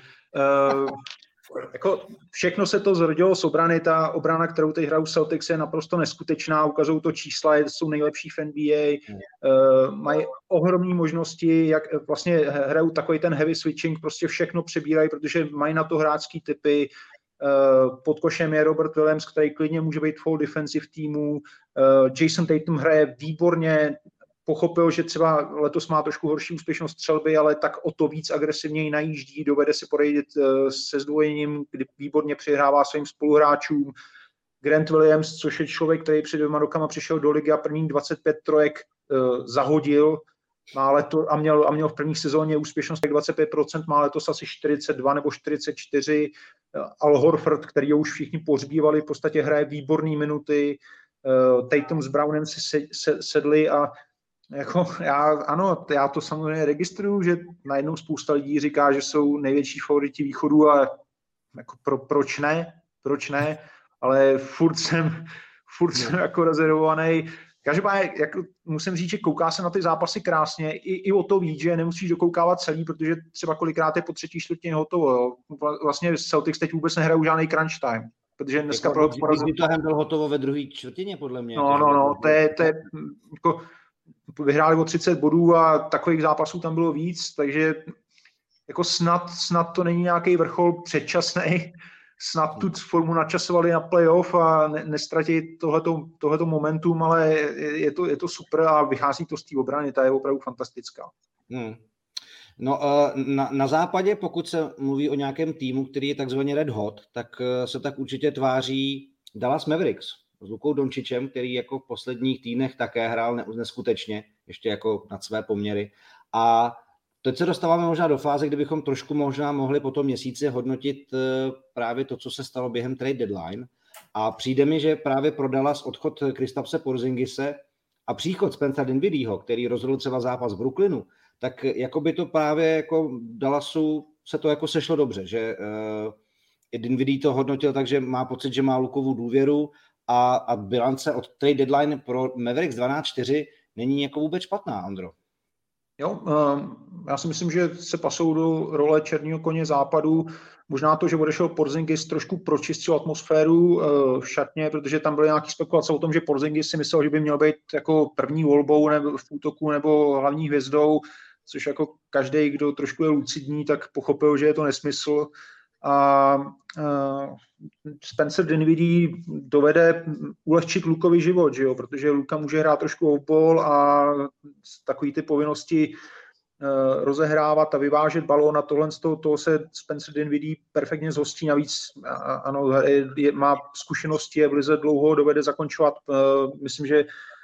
Jako všechno se to zrodilo z obrany, ta obrana, kterou teď hrajou Celtics, je naprosto neskutečná, ukazují to čísla, jsou nejlepší v NBA, mají ohromné možnosti, jak vlastně hrajou takový ten heavy switching, prostě všechno přebírají, protože mají na to hráčský typy, pod košem je Robert Williams, který klidně může být full defensive týmu, Jason Tatum hraje výborně, pochopil, že třeba letos má trošku horší úspěšnost střelby, ale tak o to víc agresivněji najíždí, dovede si poradit se zdvojením, kdy výborně přihrává svým spoluhráčům. Grant Williams, což je člověk, který před 2 rokama přišel do ligy a prvních 25 trojek zahodil, a měl v první sezóně úspěšnost 25%, má letos asi 42 nebo 44. Al Horford, který už všichni pohřbívali, v podstatě hraje výborné minuty. Tatum s Brownem si sedli a jako já to samozřejmě registruju, že najednou spousta lidí říká, že jsou největší favoriti východu a jako proč ne, ale furt jsem jako rezervovaný. Každopádně jako musím říct, že kouká se na ty zápasy krásně, i o to víc, že nemusíš dokoukávat celý, protože třeba kolikrát je po třetí čtvrtině hotovo. Jo. Vlastně Celtics teď vůbec nehrajou žádný crunch time, protože dneska jako Utah byl hotovo ve druhé čtvrtině, podle mě. No, to je jako vyhráli o 30 bodů a takových zápasů tam bylo víc, takže jako snad to není nějaký vrchol předčasný, snad tu formu načasovali na playoff a nestratí tohleto momentum, ale je to super a vychází to z té obrany, ta je opravdu fantastická. No, na západě, pokud se mluví o nějakém týmu, který je takzvaně red hot, tak se tak určitě tváří Dallas Mavericks s Lukou Dončičem, který jako v posledních týdnech také hrál neskutečně, ještě jako nad své poměry. A teď se dostáváme možná do fáze, kdy bychom trošku možná mohli po tom měsíci hodnotit právě to, co se stalo během trade deadline. A přijde mi, že právě pro Dallas odchod Kristapse Porzingise a příchod Spencera Dinwiddieho, který rozhodl třeba zápas v Brooklynu, tak jako by to právě jako Dallasu se to jako sešlo dobře, že Dinwiddie to hodnotil tak, že má pocit, že má Lukovu důvěru a bilance od trade deadline pro Mavericks 12-4 není jako vůbec špatná, Ondro. Jo, já si myslím, že se pasou do role černého koně západu. Možná to, že odešel Porzingis, trošku pročistil atmosféru v šatně, protože tam byly nějaké spekulace o tom, že Porzingis si myslel, že by měl být jako první volbou nebo v útoku nebo hlavní hvězdou, což jako každý, kdo trošku je lucidní, tak pochopil, že je to nesmysl. A Spencer Dinwiddie dovede ulehčit Lukovi život, že jo? Protože Luka může hrát trošku off-ball a takový ty povinnosti rozehrávat a vyvážet balón a tohle z toho se Spencer Dinwiddie perfektně zhostí. Navíc ano, má zkušenosti, je v lize dlouho, dovede zakončovat. Myslím, že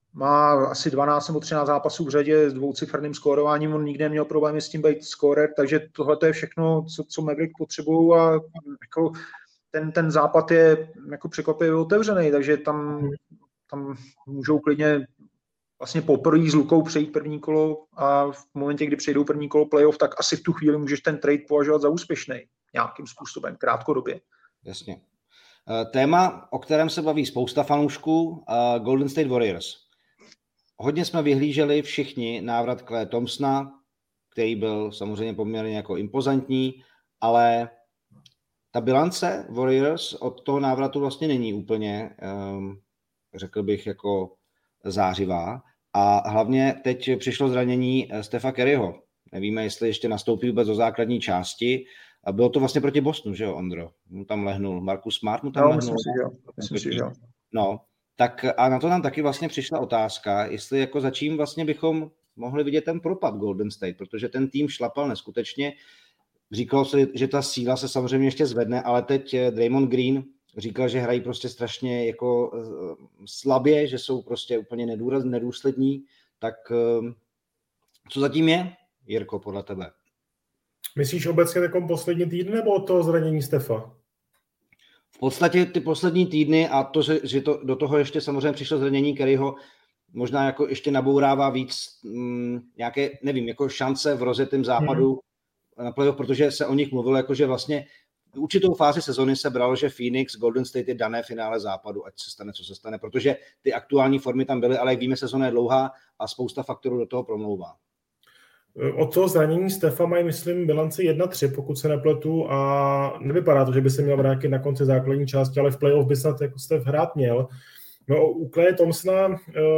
má asi 12 nebo 13 zápasů v řadě s dvouciferným skórováním, on nikdy neměl problémy s tím být scorer, takže tohle je všechno, co Maverick potřebují a jako ten západ je jako překvapivě otevřený, takže tam můžou klidně vlastně poprvé s Lukou přejít první kolo a v momentě, kdy přejdou první kolo playoff, tak asi v tu chvíli můžeš ten trade považovat za úspěšný nějakým způsobem, krátkodobě. Jasně. Téma, o kterém se baví spousta fanoušků, Golden State Warriors. Hodně jsme vyhlíželi všichni návrat Claye Thompsona, který byl samozřejmě poměrně jako impozantní, ale ta bilance Warriors od toho návratu vlastně není úplně, řekl bych, jako zářivá. A hlavně teď přišlo zranění Stefa Curryho. Nevíme, jestli ještě nastoupí vůbec do základní části. A bylo to vlastně proti Bostonu, že jo, Ondro? Mu tam lehnul. Marcus Smart mu tam lehnul. Myslím si, že jo. No, tak a na to nám taky vlastně přišla otázka, jestli jako za čím vlastně bychom mohli vidět ten propad Golden State, protože ten tým šlapal neskutečně. Říkalo se, že ta síla se samozřejmě ještě zvedne, ale teď Draymond Green říkal, že hrají prostě strašně jako slabě, že jsou prostě úplně nedůslední. Tak co zatím je, Jirko, podle tebe? Myslíš obecně takový poslední týden nebo od toho zranění Stefa? V podstatě ty poslední týdny a to, že to, do toho ještě samozřejmě přišlo zranění Curryho, možná jako ještě nabourává víc nějaké, nevím, jako šance v rozjetém západu na playoff, protože se o nich mluvilo, jako že vlastně v určitou fázi sezony se bralo, že Phoenix, Golden State je dané finále západu, ať se stane, co se stane, protože ty aktuální formy tam byly, ale jak víme, sezona je dlouhá a spousta faktorů do toho promlouvá. Od toho zranění Stefa mají, myslím, bilanci 1-3, pokud se nepletu, a nevypadá to, že by se měl vrátit na konci základní části, ale v playoff by snad jako Stef hrát měl. No, u Claye Thompsona,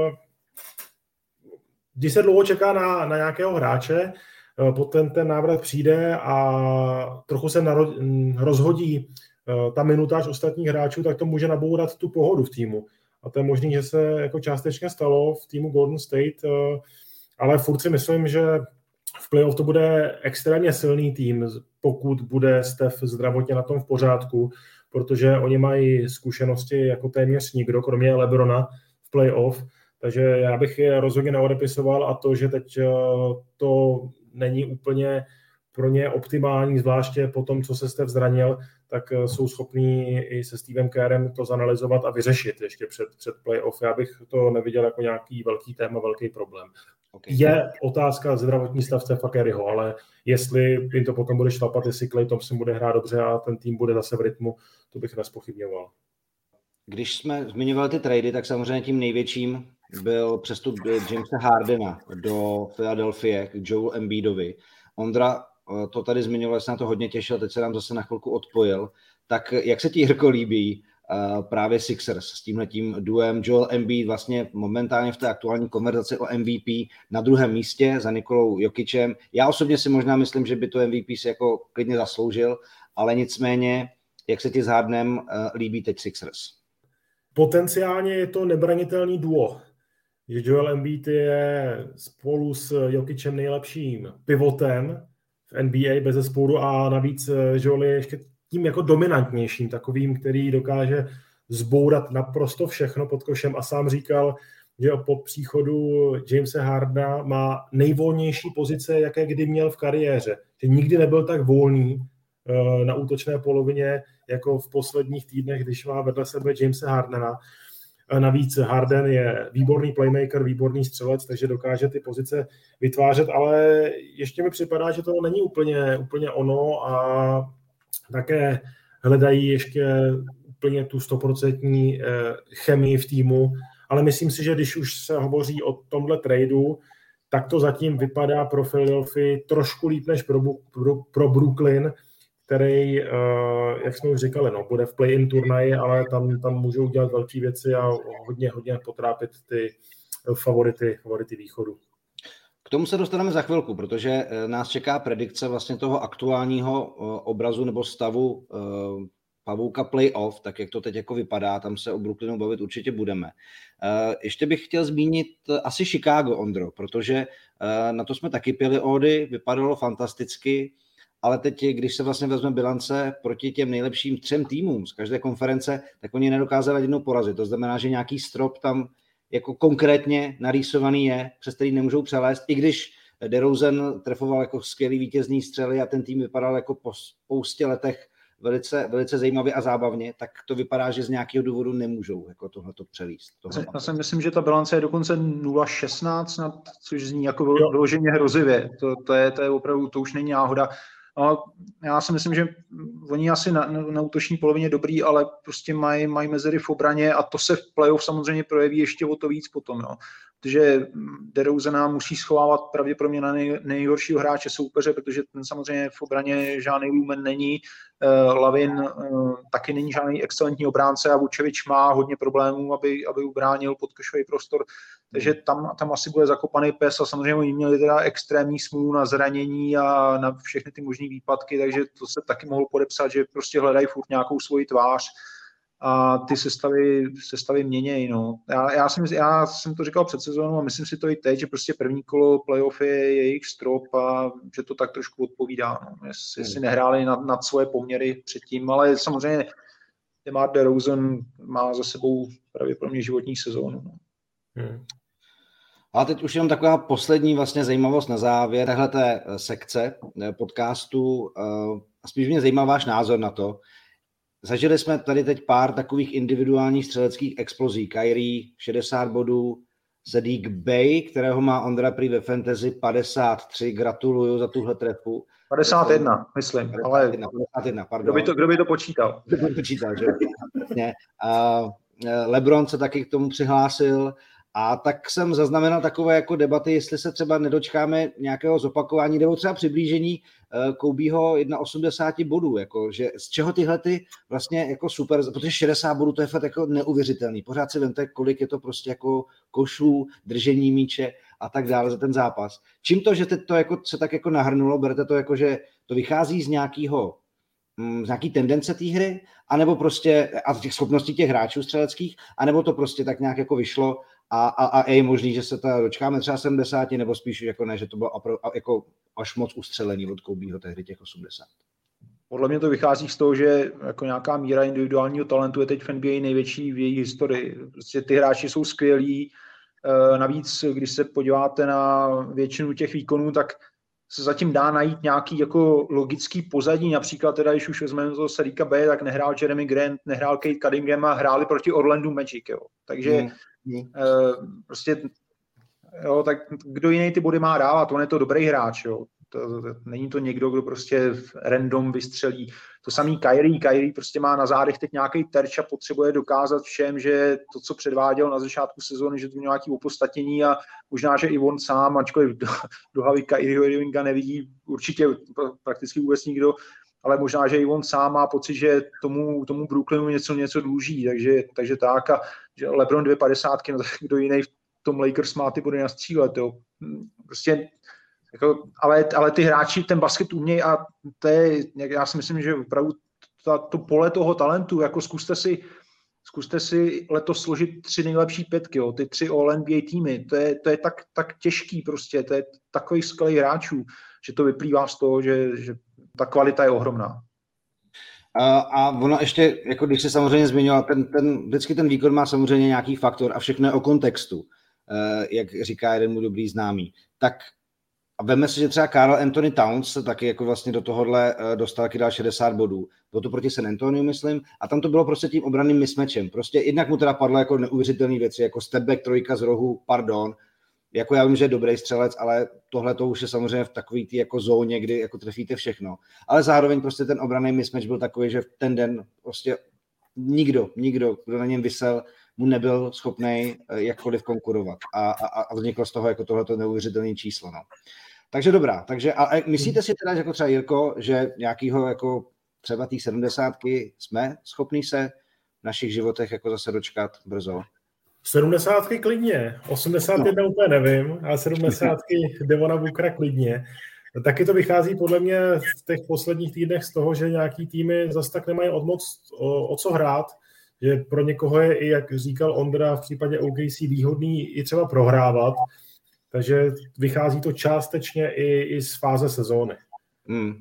když se dlouho čeká na nějakého hráče, potom ten návrat přijde a trochu se rozhodí ta minutáž ostatních hráčů, tak to může nabourat tu pohodu v týmu. A to je možné, že se jako částečně stalo v týmu Golden State, ale furt si myslím, že v playoff to bude extrémně silný tým, pokud bude Steph zdravotně na tom v pořádku, protože oni mají zkušenosti jako téměř nikdo, kromě LeBrona v playoff, takže já bych je rozhodně neodepisoval a to, že teď to není úplně pro ně optimální, zvláště po tom, co se Steph zranil, tak jsou schopní i se Stevem Kerrem to zanalyzovat a vyřešit ještě před playoff. Já bych to neviděl jako nějaký velký téma, velký problém. Okay. Je otázka zdravotní stav Stefa Curryho, ale jestli jim to potom bude šlapat, jestli Klay Thompson bude hrát dobře a ten tým bude zase v rytmu, to bych nezpochybňoval. Když jsme zmiňovali ty trady, tak samozřejmě tím největším byl přestup Jamesa Hardena do Philadelphie k Joel Embiidovi. Ondra to tady zmiňoval, se na to hodně těšil, teď se nám zase na chvilku odpojil. Tak jak se ti, Jirko, líbí právě Sixers s tímhletím duem Joel Embiid vlastně momentálně v té aktuální konverzaci o MVP na druhém místě za Nikolou Jokicem. Já osobně si možná myslím, že by to MVP si jako klidně zasloužil, ale nicméně, jak se ti s Hardenem líbí teď Sixers? Potenciálně je to nebranitelný duo. Že Joel Embiid je spolu s Jokicem nejlepším pivotem v NBA bezesporu a navíc Joel je ještě tím jako dominantnějším, takovým, který dokáže zbourat naprosto všechno pod košem a sám říkal, že po příchodu Jamesa Hardena má nejvolnější pozice, jaké kdy měl v kariéře. Že nikdy nebyl tak volný na útočné polovině jako v posledních týdnech, když má vedle sebe Jamesa Hardena. Navíc Harden je výborný playmaker, výborný střelec, takže dokáže ty pozice vytvářet, ale ještě mi připadá, že to není úplně ono a také hledají ještě úplně tu 100% chemii v týmu, ale myslím si, že když už se hovoří o tomhle tradu, tak to zatím vypadá pro Philadelphia trošku líp než pro Brooklyn, který, jak jsme už říkali, bude v play-in turnaji, ale tam můžou dělat velké věci a hodně potrápit ty favority východu. K tomu se dostaneme za chvilku, protože nás čeká predikce vlastně toho aktuálního obrazu nebo stavu pavouka playoff, tak jak to teď jako vypadá, tam se o Brooklynu bavit určitě budeme. Ještě bych chtěl zmínit asi Chicago, Ondro, protože na to jsme taky pili ódy, vypadalo fantasticky, ale teď, když se vlastně vezme bilance proti těm nejlepším 3 týmům z každé konference, tak oni nedokázali jednou porazit. To znamená, že nějaký strop tam jako konkrétně narýsovaný je, přes který nemůžou přelézt, i když DeRozan trefoval jako skvělý vítězný střely a ten tým vypadal jako po spoustě letech velice, velice zajímavě a zábavně, tak to vypadá, že z nějakého důvodu nemůžou jako tohleto přelíst. Já si myslím, že ta bilance je dokonce 0,16, což zní jako vyloženě hrozivě. To je opravdu, to už není náhoda. No, já si myslím, že oni asi na útoční polovině dobrý, ale prostě mají mezery v obraně a to se v playoff samozřejmě projeví ještě o to víc potom. No. Protože DeRozana musí schovávat pravděpodobně na nejhoršího hráče soupeře, protože ten samozřejmě v obraně žádný lumen není. Lavin taky není žádný excelentní obránce a Vučevič má hodně problémů, aby ubránil podkošový prostor. Takže tam asi bude zakopaný pes a samozřejmě oni měli teda extrémní smůlu na zranění a na všechny ty možné výpadky, takže to se taky mohlo podepsat, že prostě hledají furt nějakou svoji tvář a ty sestavy měnějí. No. Já jsem to říkal před sezónou a myslím si to i teď, že prostě první kolo playoff je jejich strop a že to tak trošku odpovídá. No. Jestli nehráli nad svoje poměry předtím, ale samozřejmě DeMar DeRozan má za sebou pravděpodobně životní sezónu. No. A teď už jenom taková poslední vlastně zajímavost na závěr téhleté sekce podcastu. Spíš mě zajímá váš názor na to. Zažili jsme tady teď pár takových individuálních střeleckých explozí. Kyrie 60 bodů, Saddiq Bey, kterého má Ondra prý ve fantasy 53. Gratuluju za tuhle trefu. 51, myslím. 51, pardon. Kdo by to počítal? Kdo by to počítal, že? LeBron se taky k tomu přihlásil. A tak jsem zaznamenal takové jako debaty, jestli se třeba nedočkáme nějakého zopakování nebo třeba přiblížení Kobeho 81 bodů, jako, že z čeho tyhle ty vlastně jako super, protože 60 bodů to je fakt jako neuvěřitelný. Pořád si vemte, kolik je to prostě jako košů, držení míče a tak dále za ten zápas. Čím to, že teď to jako se tak jako nahrnulo, berete to jako, že to vychází z nějaký tendence té hry, anebo prostě a těch schopností těch hráčů střeleckých, anebo to prostě tak nějak jako vyšlo a je možný, že se to dočkáme třeba 70, nebo spíš jako ne, že to bylo jako až moc ustřelený od Kobeho tehdy těch 80. Podle mě to vychází z toho, že jako nějaká míra individuálního talentu je teď v NBA největší v její historii. Prostě ty hráči jsou skvělí, navíc, když se podíváte na většinu těch výkonů, tak se zatím dá najít nějaký jako logický pozadí, například teda, když už vezmeme toho Saddiqa Beye, tak nehrál Jeremy Grant, nehrál Kate Cunningham a hráli proti Orlandu Magic, jo. Takže prostě, jo, tak kdo jiný ty body má dávat, on je to dobrý hráč, jo. Není to někdo, kdo prostě random vystřelí. To samý Kyrie prostě má na zádech teď nějaký terč a potřebuje dokázat všem, že to, co předváděl na začátku sezóny, že to mělo nějaké opodstatnění a možná, že i on sám, ačkoliv do hlavy Kyrieho Irvinga nevidí určitě prakticky vůbec nikdo, ale možná, že i on sám má pocit, že tomu Brooklynu něco dluží, takže tak a že LeBron 2,50, no tak kdo jiný v tom Lakers má ty body nastřílet, jo. Prostě jako, ale ty hráči ten basket umějí a to je, já si myslím, že opravdu to pole toho talentu, jako zkuste si letos složit 3 nejlepší pětky, jo, ty 3 All-NBA týmy, to je tak těžký prostě, to je takový skvělý hráčů, že to vyplývá z toho, že ta kvalita je ohromná. A ono ještě, jako když se samozřejmě zmiňoval, vždycky ten výkon má samozřejmě nějaký faktor a všechno je o kontextu, jak říká jeden můj dobrý známý. Tak a veme si, že třeba Karl Anthony Towns se taky jako vlastně do tohohle dostal, taky dal 60 bodů. Bylo to proti San Antoniu, myslím, a tam to bylo prostě tím obranným mismatchem. Prostě jednak mu teda padlo jako neuvěřitelné věci, jako step back, trojka z rohu, pardon. Jako já vím, že je dobrý střelec, ale tohle to už je samozřejmě v takový tý jako zóně, kdy jako trefíte všechno. Ale zároveň prostě ten obranný mismatch byl takový, že v ten den prostě nikdo, kdo na něm visel, mu nebyl schopný jakkoliv konkurovat. A vzniklo z toho jako tohleto neuvěřitelné číslo. No. Takže dobrá. Takže, a myslíte si teda, jako třeba Jirko, že nějakýho jako třeba těch 70 jsme schopní se v našich životech jako zase dočkat brzo? 70 klidně, 81 úplně nevím, ale 70 Devona Bookera klidně. Taky to vychází podle mě v těch posledních týdnech z toho, že nějaký týmy zase tak nemají o co hrát, že pro někoho je i, jak říkal Ondra, v případě OKC výhodný i třeba prohrávat, takže vychází to částečně i z fáze sezóny.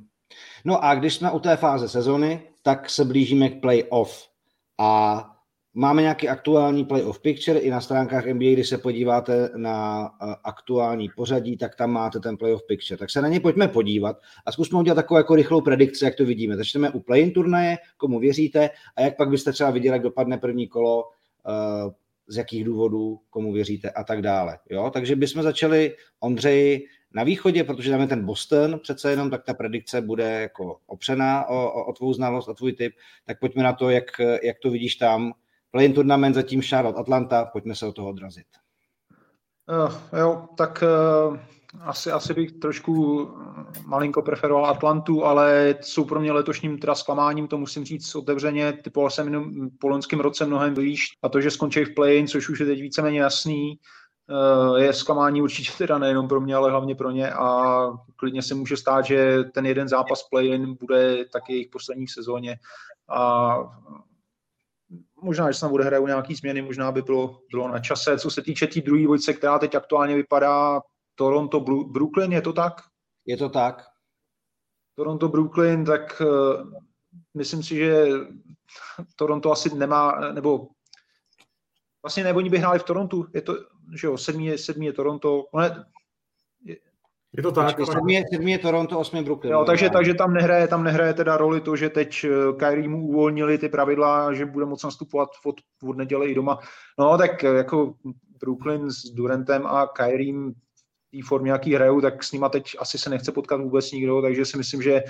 No a když jsme u té fáze sezóny, tak se blížíme k play-off. A máme nějaký aktuální playoff picture i na stránkách NBA, když se podíváte na aktuální pořadí, tak tam máte ten playoff picture. Tak se na ně pojďme podívat a zkusme udělat takovou jako rychlou predikci, jak to vidíme. Začneme u play-in turnaje, komu věříte a jak pak byste třeba viděli, jak dopadne první kolo, z jakých důvodů, komu věříte a tak dále. Jo? Takže bychom začali, Ondřej, na východě, protože tam je ten Boston přece jenom, tak ta predikce bude jako opřená o tvou znalost, o tvůj tip, tak pojďme na to, jak to vidíš tam. Play-in turnament zatím Charlotte, Atlanta, pojďme se od toho odrazit. Jo, tak asi bych trošku malinko preferoval Atlantu, ale jsou pro mě letošním teda zklamáním, to musím říct otevřeně, typoval jsem jenom po loňském roce mnohem výš a to, že skončí v play-in, což už je teď víceméně jasný, je zklamání určitě teda nejenom pro mě, ale hlavně pro ně a klidně se může stát, že ten jeden zápas play-in bude taky jejich poslední v sezóně a možná, že se tam bude hrát nějaký změny, možná by bylo na čase. Co se týče té druhé dvojce, která teď aktuálně vypadá, Toronto, Brooklyn, je to tak? Je to tak. Toronto, Brooklyn, tak myslím si, že Toronto asi nemá, nebo vlastně nebo oni by hráli v Torontu, je to, že jo, sedmý je Toronto, je to tak. Sedmý je Toronto, 8 Brooklyn. Jo, takže tam nehraje teda roli to, že teď Kyrie mu uvolnili ty pravidla, že bude moct nastupovat od neděle i doma. No tak jako Brooklyn s Durantem a Kyriem v té formě, jaký hrajou, tak s nima teď asi se nechce potkat vůbec nikdo, takže si myslím, že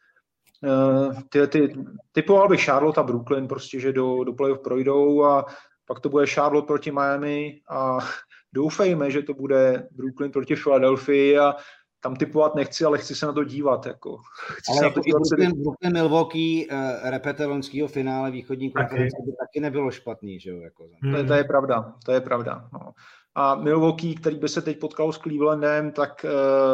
typoval bych Charlotte a Brooklyn prostě, že do playoff projdou a pak to bude Charlotte proti Miami a doufejme, že to bude Brooklyn proti Philadelphii a tam typovat nechci, ale chci se na to dívat. Jako. Ale jako Brooklyn Milwaukee repete loňského finále východní konference by taky nebylo špatný, že jo? Jako. To je pravda. No. A Milwaukee, který by se teď potkal s Clevelandem, tak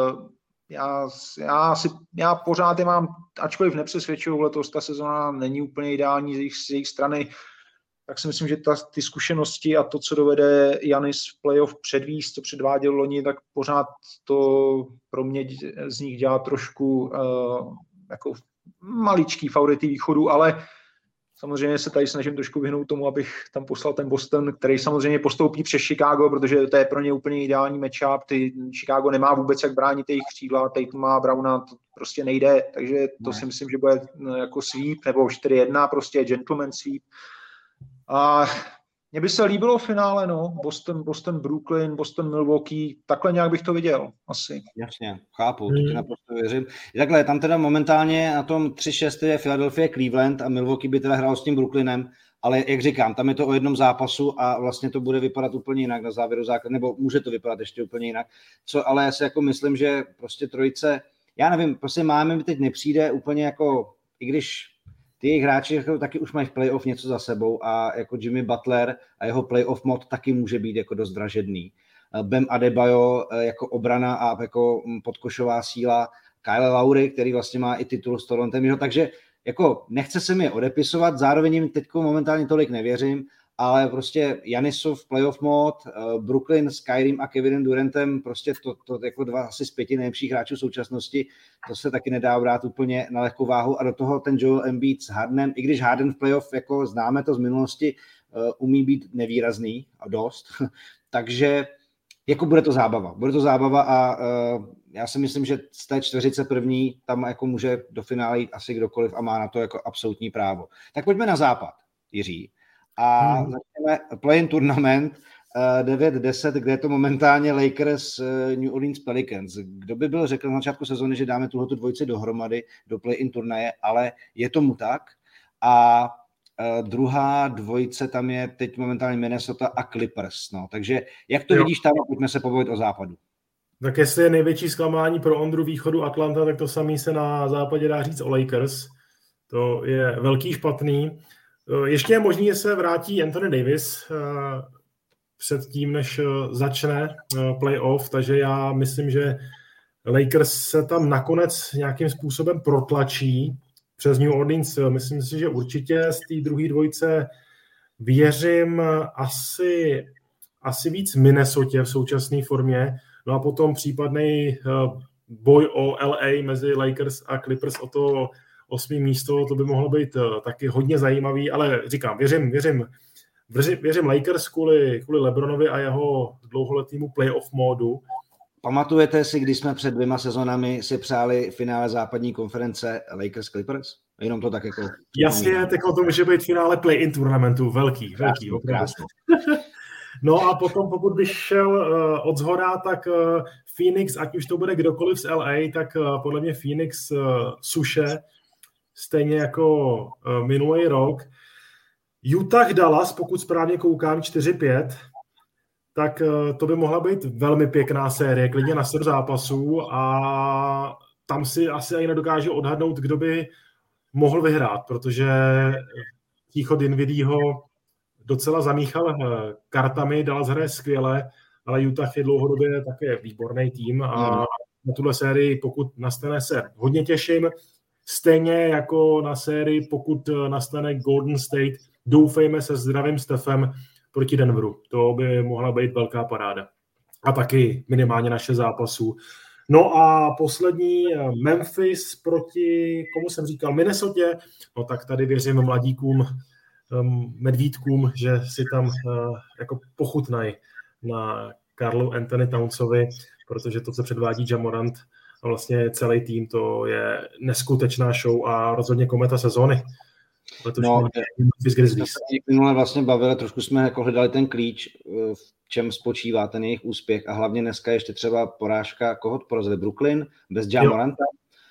já pořád je mám, ačkoliv nepřesvědčuju, letos ta sezóna není úplně ideální z jejich strany, tak si myslím, že ty zkušenosti a to, co dovede Giannis v playoff předvíst, co předváděl loni, tak pořád to pro mě z nich dělá trošku jako maličký favority východu, ale samozřejmě se tady snažím trošku vyhnout tomu, abych tam poslal ten Boston, který samozřejmě postoupí přes Chicago, protože to je pro ně úplně ideální matchup. Chicago nemá vůbec jak bránit jejich křídla, Tatuma a Browna to prostě nejde, takže to si myslím, že bude jako sweep, nebo 4-1, prostě gentleman sweep. A mně by se líbilo v finále, no, Boston, Brooklyn, Boston, Milwaukee, takhle nějak bych to viděl, asi. Jasně, chápu, to ti naprosto věřím. Takhle, tam teda momentálně na tom 3-6 je Philadelphia, Cleveland a Milwaukee by teda hrál s tím Brooklynem, ale jak říkám, tam je to o jednom zápasu a vlastně to bude vypadat úplně jinak na závěru základu, nebo může to vypadat ještě úplně jinak, ale já si jako myslím, že prostě trojice, já nevím, prostě Miami mi teď nepřijde úplně jako, i když ty jejich hráči jako taky už mají v playoff něco za sebou a jako Jimmy Butler a jeho playoff mod taky může být jako dost vražedný. Bam Adebayo jako obrana a jako podkošová síla, Kyle Lowry, který vlastně má i titul s Torontem, takže jako nechce se mi je odepisovat, zároveň jim teďko momentálně tolik nevěřím, ale prostě Giannisův playoff mod, Brooklyn s Kyriem a Kevinem Durantem, prostě to jako dva asi z 5 nejlepších hráčů současnosti, to se taky nedá brát úplně na lehkou váhu a do toho ten Joel Embiid s Hardenem, i když Harden v playoff, jako známe to z minulosti, umí být nevýrazný a dost, takže jako bude to zábava a já si myslím, že z té 41. tam jako může do finále jít asi kdokoliv a má na to jako absolutní právo. Tak pojďme na západ, Jiří. A začneme play-in turnament 9-10, kde je to momentálně Lakers New Orleans Pelicans. Kdo by byl řekl na začátku sezóny, že dáme tuhletu dvojici dohromady do play-in turnaje, ale je tomu tak. A druhá dvojice tam je teď momentálně Minnesota a Clippers. No. Takže jak to vidíš tam, pojďme se pobavit o západu. Tak jestli je největší zklamání pro Ondru východu Atlanta, tak to samý se na západě dá říct o Lakers. To je velký špatný. Ještě je možný, že se vrátí Anthony Davis před tím, než začne playoff, takže já myslím, že Lakers se tam nakonec nějakým způsobem protlačí přes New Orleans. Myslím si, že určitě z té druhé dvojice věřím asi víc Minnesotě v současné formě. No a potom případný boj o LA mezi Lakers a Clippers o to 8. místo, to by mohlo být taky hodně zajímavý, ale říkám, věřím Věřím Lakers kvůli LeBronovi a jeho dlouholetýmu playoff módu. Pamatujete si, když jsme před 2 sezonami si přáli finále západní konference Lakers Clippers? Jenom to tak jako... Jasně, tak to může být finále play-in turnamentu, velký. Krásný. No a potom, pokud bych šel od zhora, tak Phoenix, ať už to bude kdokoliv z LA, tak podle mě Phoenix suše, stejně jako minulý rok. Utah Dallas, pokud správně koukám, 4-5, tak to by mohla být velmi pěkná série, klidně na 7 zápasů a tam si asi ani nedokážu odhadnout, kdo by mohl vyhrát, protože Ticho Dinwiddieho docela zamíchal kartami, Dallas hraje skvěle, ale Utah je dlouhodobě také výborný tým a na tuhle sérii, pokud nastane, se hodně těším. Stejně jako na sérii, pokud nastane Golden State, doufejme se zdravým Stephem proti Denveru. To by mohla být velká paráda. A taky minimálně na 6 zápasů. No a poslední Memphis proti, komu jsem říkal, Minnesotě. No tak tady věřím mladíkům, medvídkům, že si tam jako pochutnají na Karlu Anthony Townsovi, protože to, co předvádí Ja Morant a vlastně celý tým, to je neskutečná show a rozhodně kometa sezóny. No, jsme se minule vlastně bavili, trošku jsme jako hledali ten klíč, v čem spočívá ten jejich úspěch a hlavně dneska ještě třeba porážka, koho porazili Brooklyn, bez Ja Moranta.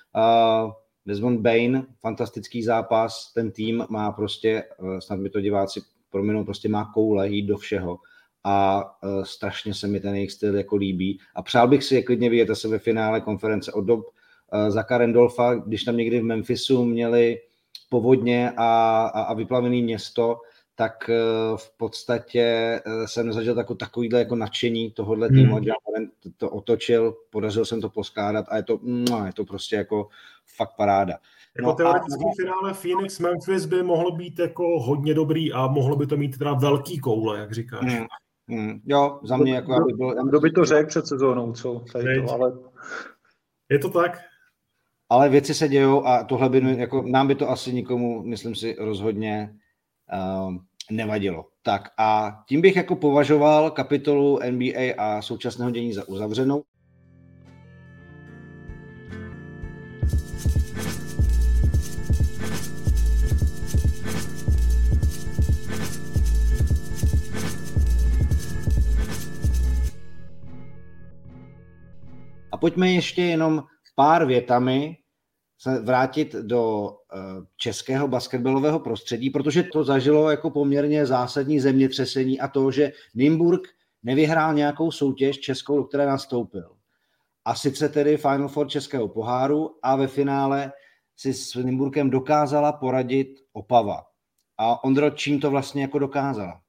Desmond Bane, fantastický zápas, ten tým má prostě, snad mi to diváci prominou, prostě má koule jít do všeho a strašně se mi ten jejich styl jako líbí a přál bych si je klidně vidět se ve finále konference od dob Zacka Randolpha, když tam někdy v Memphisu měli povodně a vyplavené město, tak v podstatě jsem nezažil takovýhle jako nadšení tohohle týmu. To otočil, podařil jsem to poskládat a je to prostě jako fakt paráda. Jako teoretický finále Phoenix-Memphis by mohlo být jako hodně dobrý a mohlo by to mít teda velký koule, jak říkáš. Jo, za mě jako... Kdo by to řekl před sezónou, co? Tady to, ale... Je to tak? Ale věci se dějou a tohle by, jako, nám by to asi nikomu, myslím si, rozhodně nevadilo. Tak a tím bych jako považoval kapitolu NBA a současného dění za uzavřenou. A pojďme ještě jenom pár větami se vrátit do českého basketbalového prostředí, protože to zažilo jako poměrně zásadní zemětřesení a to, že Nymburk nevyhrál nějakou soutěž českou, do které nastoupil. A sice tedy Final Four českého poháru a ve finále si s Nymburkem dokázala poradit Opava. A Ondro, čím to vlastně jako dokázala?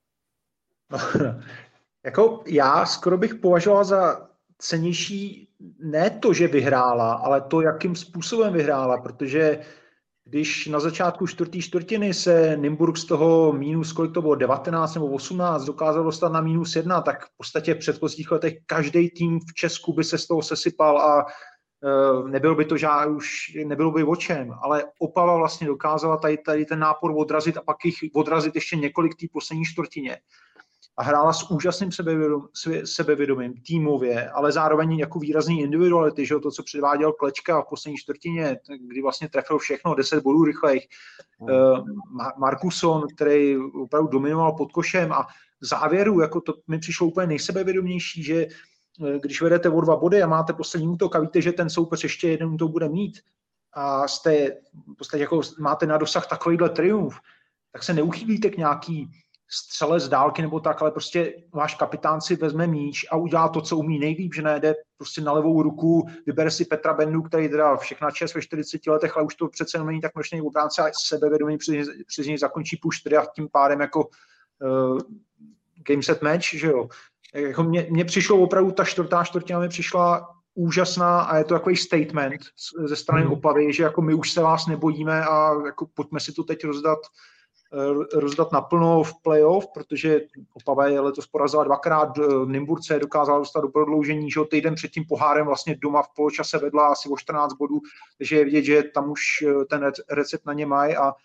Jako já skoro bych považoval za cennější ne to, že vyhrála, ale to, jakým způsobem vyhrála, protože když na začátku čtvrtý čtvrtiny se Nymburk z toho mínus, kolik to bylo, 19 nebo 18, dokázal dostat na -1, tak v podstatě v předchozích letech každý tým v Česku by se z toho sesypal a nebylo by to nebylo by o čem, ale Opava vlastně dokázala tady ten nápor odrazit a pak jich odrazit ještě několik té poslední čtvrtině. A hrála s úžasným sebevědomím, týmově, ale zároveň jako výrazný individuality, že to, co předváděl Klečka v poslední čtvrtině, kdy vlastně trefil všechno, 10 bodů rychlejch. Markusson, který opravdu dominoval pod košem a v závěru, jako to mi přišlo úplně nejsebevědomější, že když vedete o 2 body a máte poslední útok a víte, že ten soupeř ještě jeden útok bude mít a jste v podstatě jako máte na dosah takovýhle triumf, tak se neuchýlíte k nějaký střele z dálky nebo tak, ale prostě váš kapitán si vezme míč a udělá to, co umí nejlíp, že najde prostě na levou ruku, vybere si Petra Bendu, který teda všechna čest ve 40 letech, ale už to přece není tak množný obránce a sebevědomí přes něj zakončí push 4 a tím pádem jako game set match, že jo. Jako mně přišlo opravdu ta čtvrtá čtvrtina mi přišla úžasná a je to takový statement ze strany Opavy, že jako my už se vás nebojíme a jako pojďme si to teď rozdat naplno v playoff, protože Opava je letos porazila 2krát, Nymburce dokázala dostat do prodloužení, že týden před tím pohárem vlastně doma v poločase vedla asi o 14 bodů, takže je vidět, že tam už ten recept na ně mají a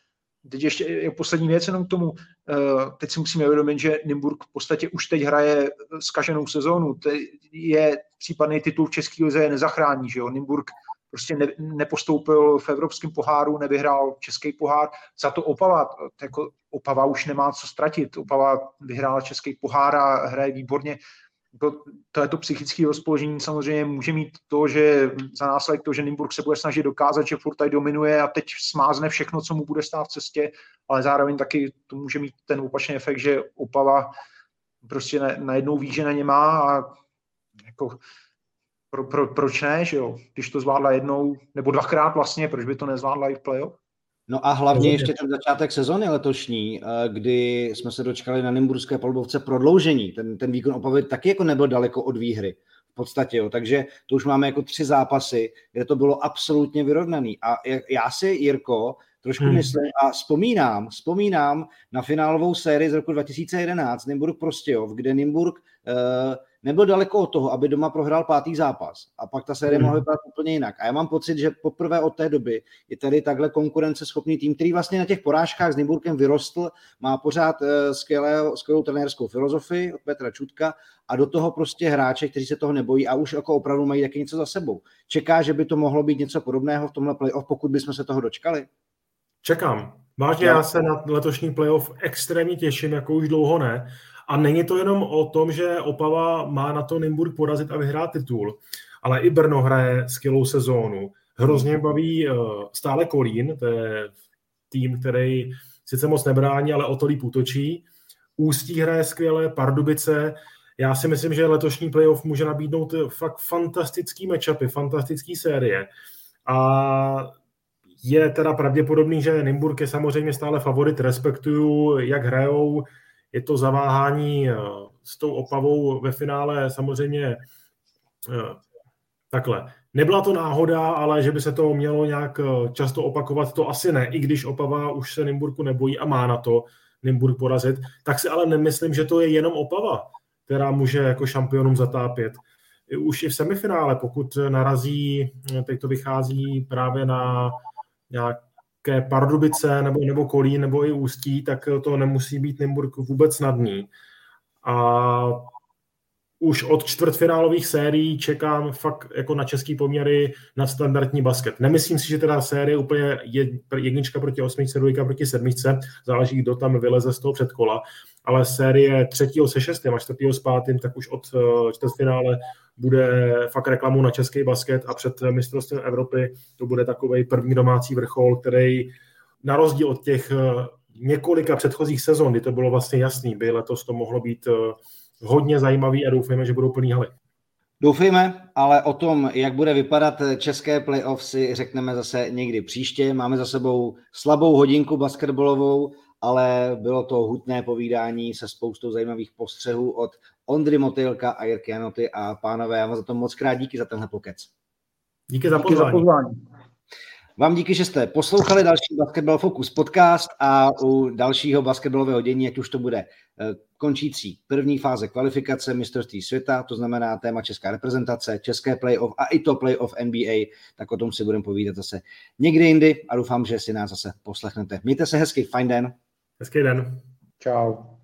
teď ještě poslední věc jenom k tomu. Teď si musíme uvědomit, že Nymburk v podstatě už teď hraje zkaženou sezónu. Je případný titul v české lize nezachrání, že jo? Nymburk prostě nepostoupil v evropském poháru, nevyhrál český pohár. Za to Opava, jako Opava už nemá co ztratit. Opava vyhrála český pohár a hraje výborně. To psychické rozpoložení samozřejmě může mít to, že za následek to, že Nymburk se bude snažit dokázat, že furt tady dominuje a teď smázne všechno, co mu bude stát v cestě, ale zároveň taky to může mít ten opačný efekt, že Opava prostě najednou ví, že na ně má a jako proč ne, že jo? Když to zvládla jednou nebo dvakrát vlastně, proč by to nezvládla i v playoff? No a hlavně ještě ten začátek sezony letošní, kdy jsme se dočkali na nymburské palubovce prodloužení. Ten výkon Opavy taky jako nebyl daleko od výhry v podstatě. Jo. Takže to už máme jako 3 zápasy, kde to bylo absolutně vyrovnaný. A já si, Jirko, trošku myslím a vzpomínám na finálovou sérii z roku 2011 Nymburk Prostějov, kde Nymburk nebyl daleko od toho, aby doma prohrál 5. zápas. A pak ta série mohla vypadat úplně jinak. A já mám pocit, že poprvé od té doby je tady takhle konkurenceschopný tým, který vlastně na těch porážkách s Nymburkem vyrostl, má pořád skvělou trenérskou filozofii od Petra Čutka a do toho prostě hráče, kteří se toho nebojí a už jako opravdu mají taky něco za sebou. Čeká, že by to mohlo být něco podobného v tomhle playoff, pokud bychom se toho dočkali? Čekám. Vážně já se na letošní playoff extrémně těším, jako už dlouho ne. A není to jenom o tom, že Opava má na to Nymburk porazit a vyhrát titul, ale i Brno hraje skvělou sezónu. Hrozně baví stále Kolín, to je tým, který sice moc nebrání, ale o to líp útočí. Ústí hraje skvěle, Pardubice. Já si myslím, že letošní playoff může nabídnout fakt fantastický matchupy, fantastický série. A je teda pravděpodobný, že Nymburk je samozřejmě stále favorit, respektuju, jak hrajou. Je to zaváhání s tou Opavou ve finále samozřejmě takhle. Nebyla to náhoda, ale že by se to mělo nějak často opakovat, to asi ne. I když Opava už se Nymburku nebojí a má na to Nymburk porazit, tak si ale nemyslím, že to je jenom Opava, která může jako šampionům zatápět. Už i v semifinále, pokud narazí, teď to vychází právě na nějaké Pardubice nebo Kolín nebo i Ústí, tak to nemusí být Nymburk vůbec snadný. A už od čtvrtfinálových sérií čekám fakt jako na český poměry nadstandardní basket. Nemyslím si, že teda série úplně jednička proti 8, dvojka proti 7, záleží, kdo tam vyleze z toho předkola, ale série 3. se 6. a 4. s 5. tak už od čtvrtfinále bude fakt reklamou na český basket a před mistrovstvím Evropy to bude takovej první domácí vrchol, který na rozdíl od těch několika předchozích sezon, kdy to bylo vlastně jasný, by letos to mohlo být hodně zajímavý a doufejme, že budou plný haly. Doufejme, ale o tom, jak bude vypadat české playoff, si řekneme zase někdy příště. Máme za sebou slabou hodinku basketbalovou, ale bylo to hutné povídání se spoustou zajímavých postřehů od Ondry Motylka a Jirky Janoty a pánové, já vám za to moc krát díky za tenhle pokec. Díky za pozvání. Vám díky, že jste poslouchali další Basketball Focus podcast a u dalšího basketbalového dění, ať už to bude končící první fáze kvalifikace mistrovství světa, to znamená téma česká reprezentace, české playoff a i to playoff NBA, tak o tom si budeme povídat zase někdy jindy a doufám, že si nás zase poslechnete. Mějte se hezky, fajn den. Hezký den. Čau.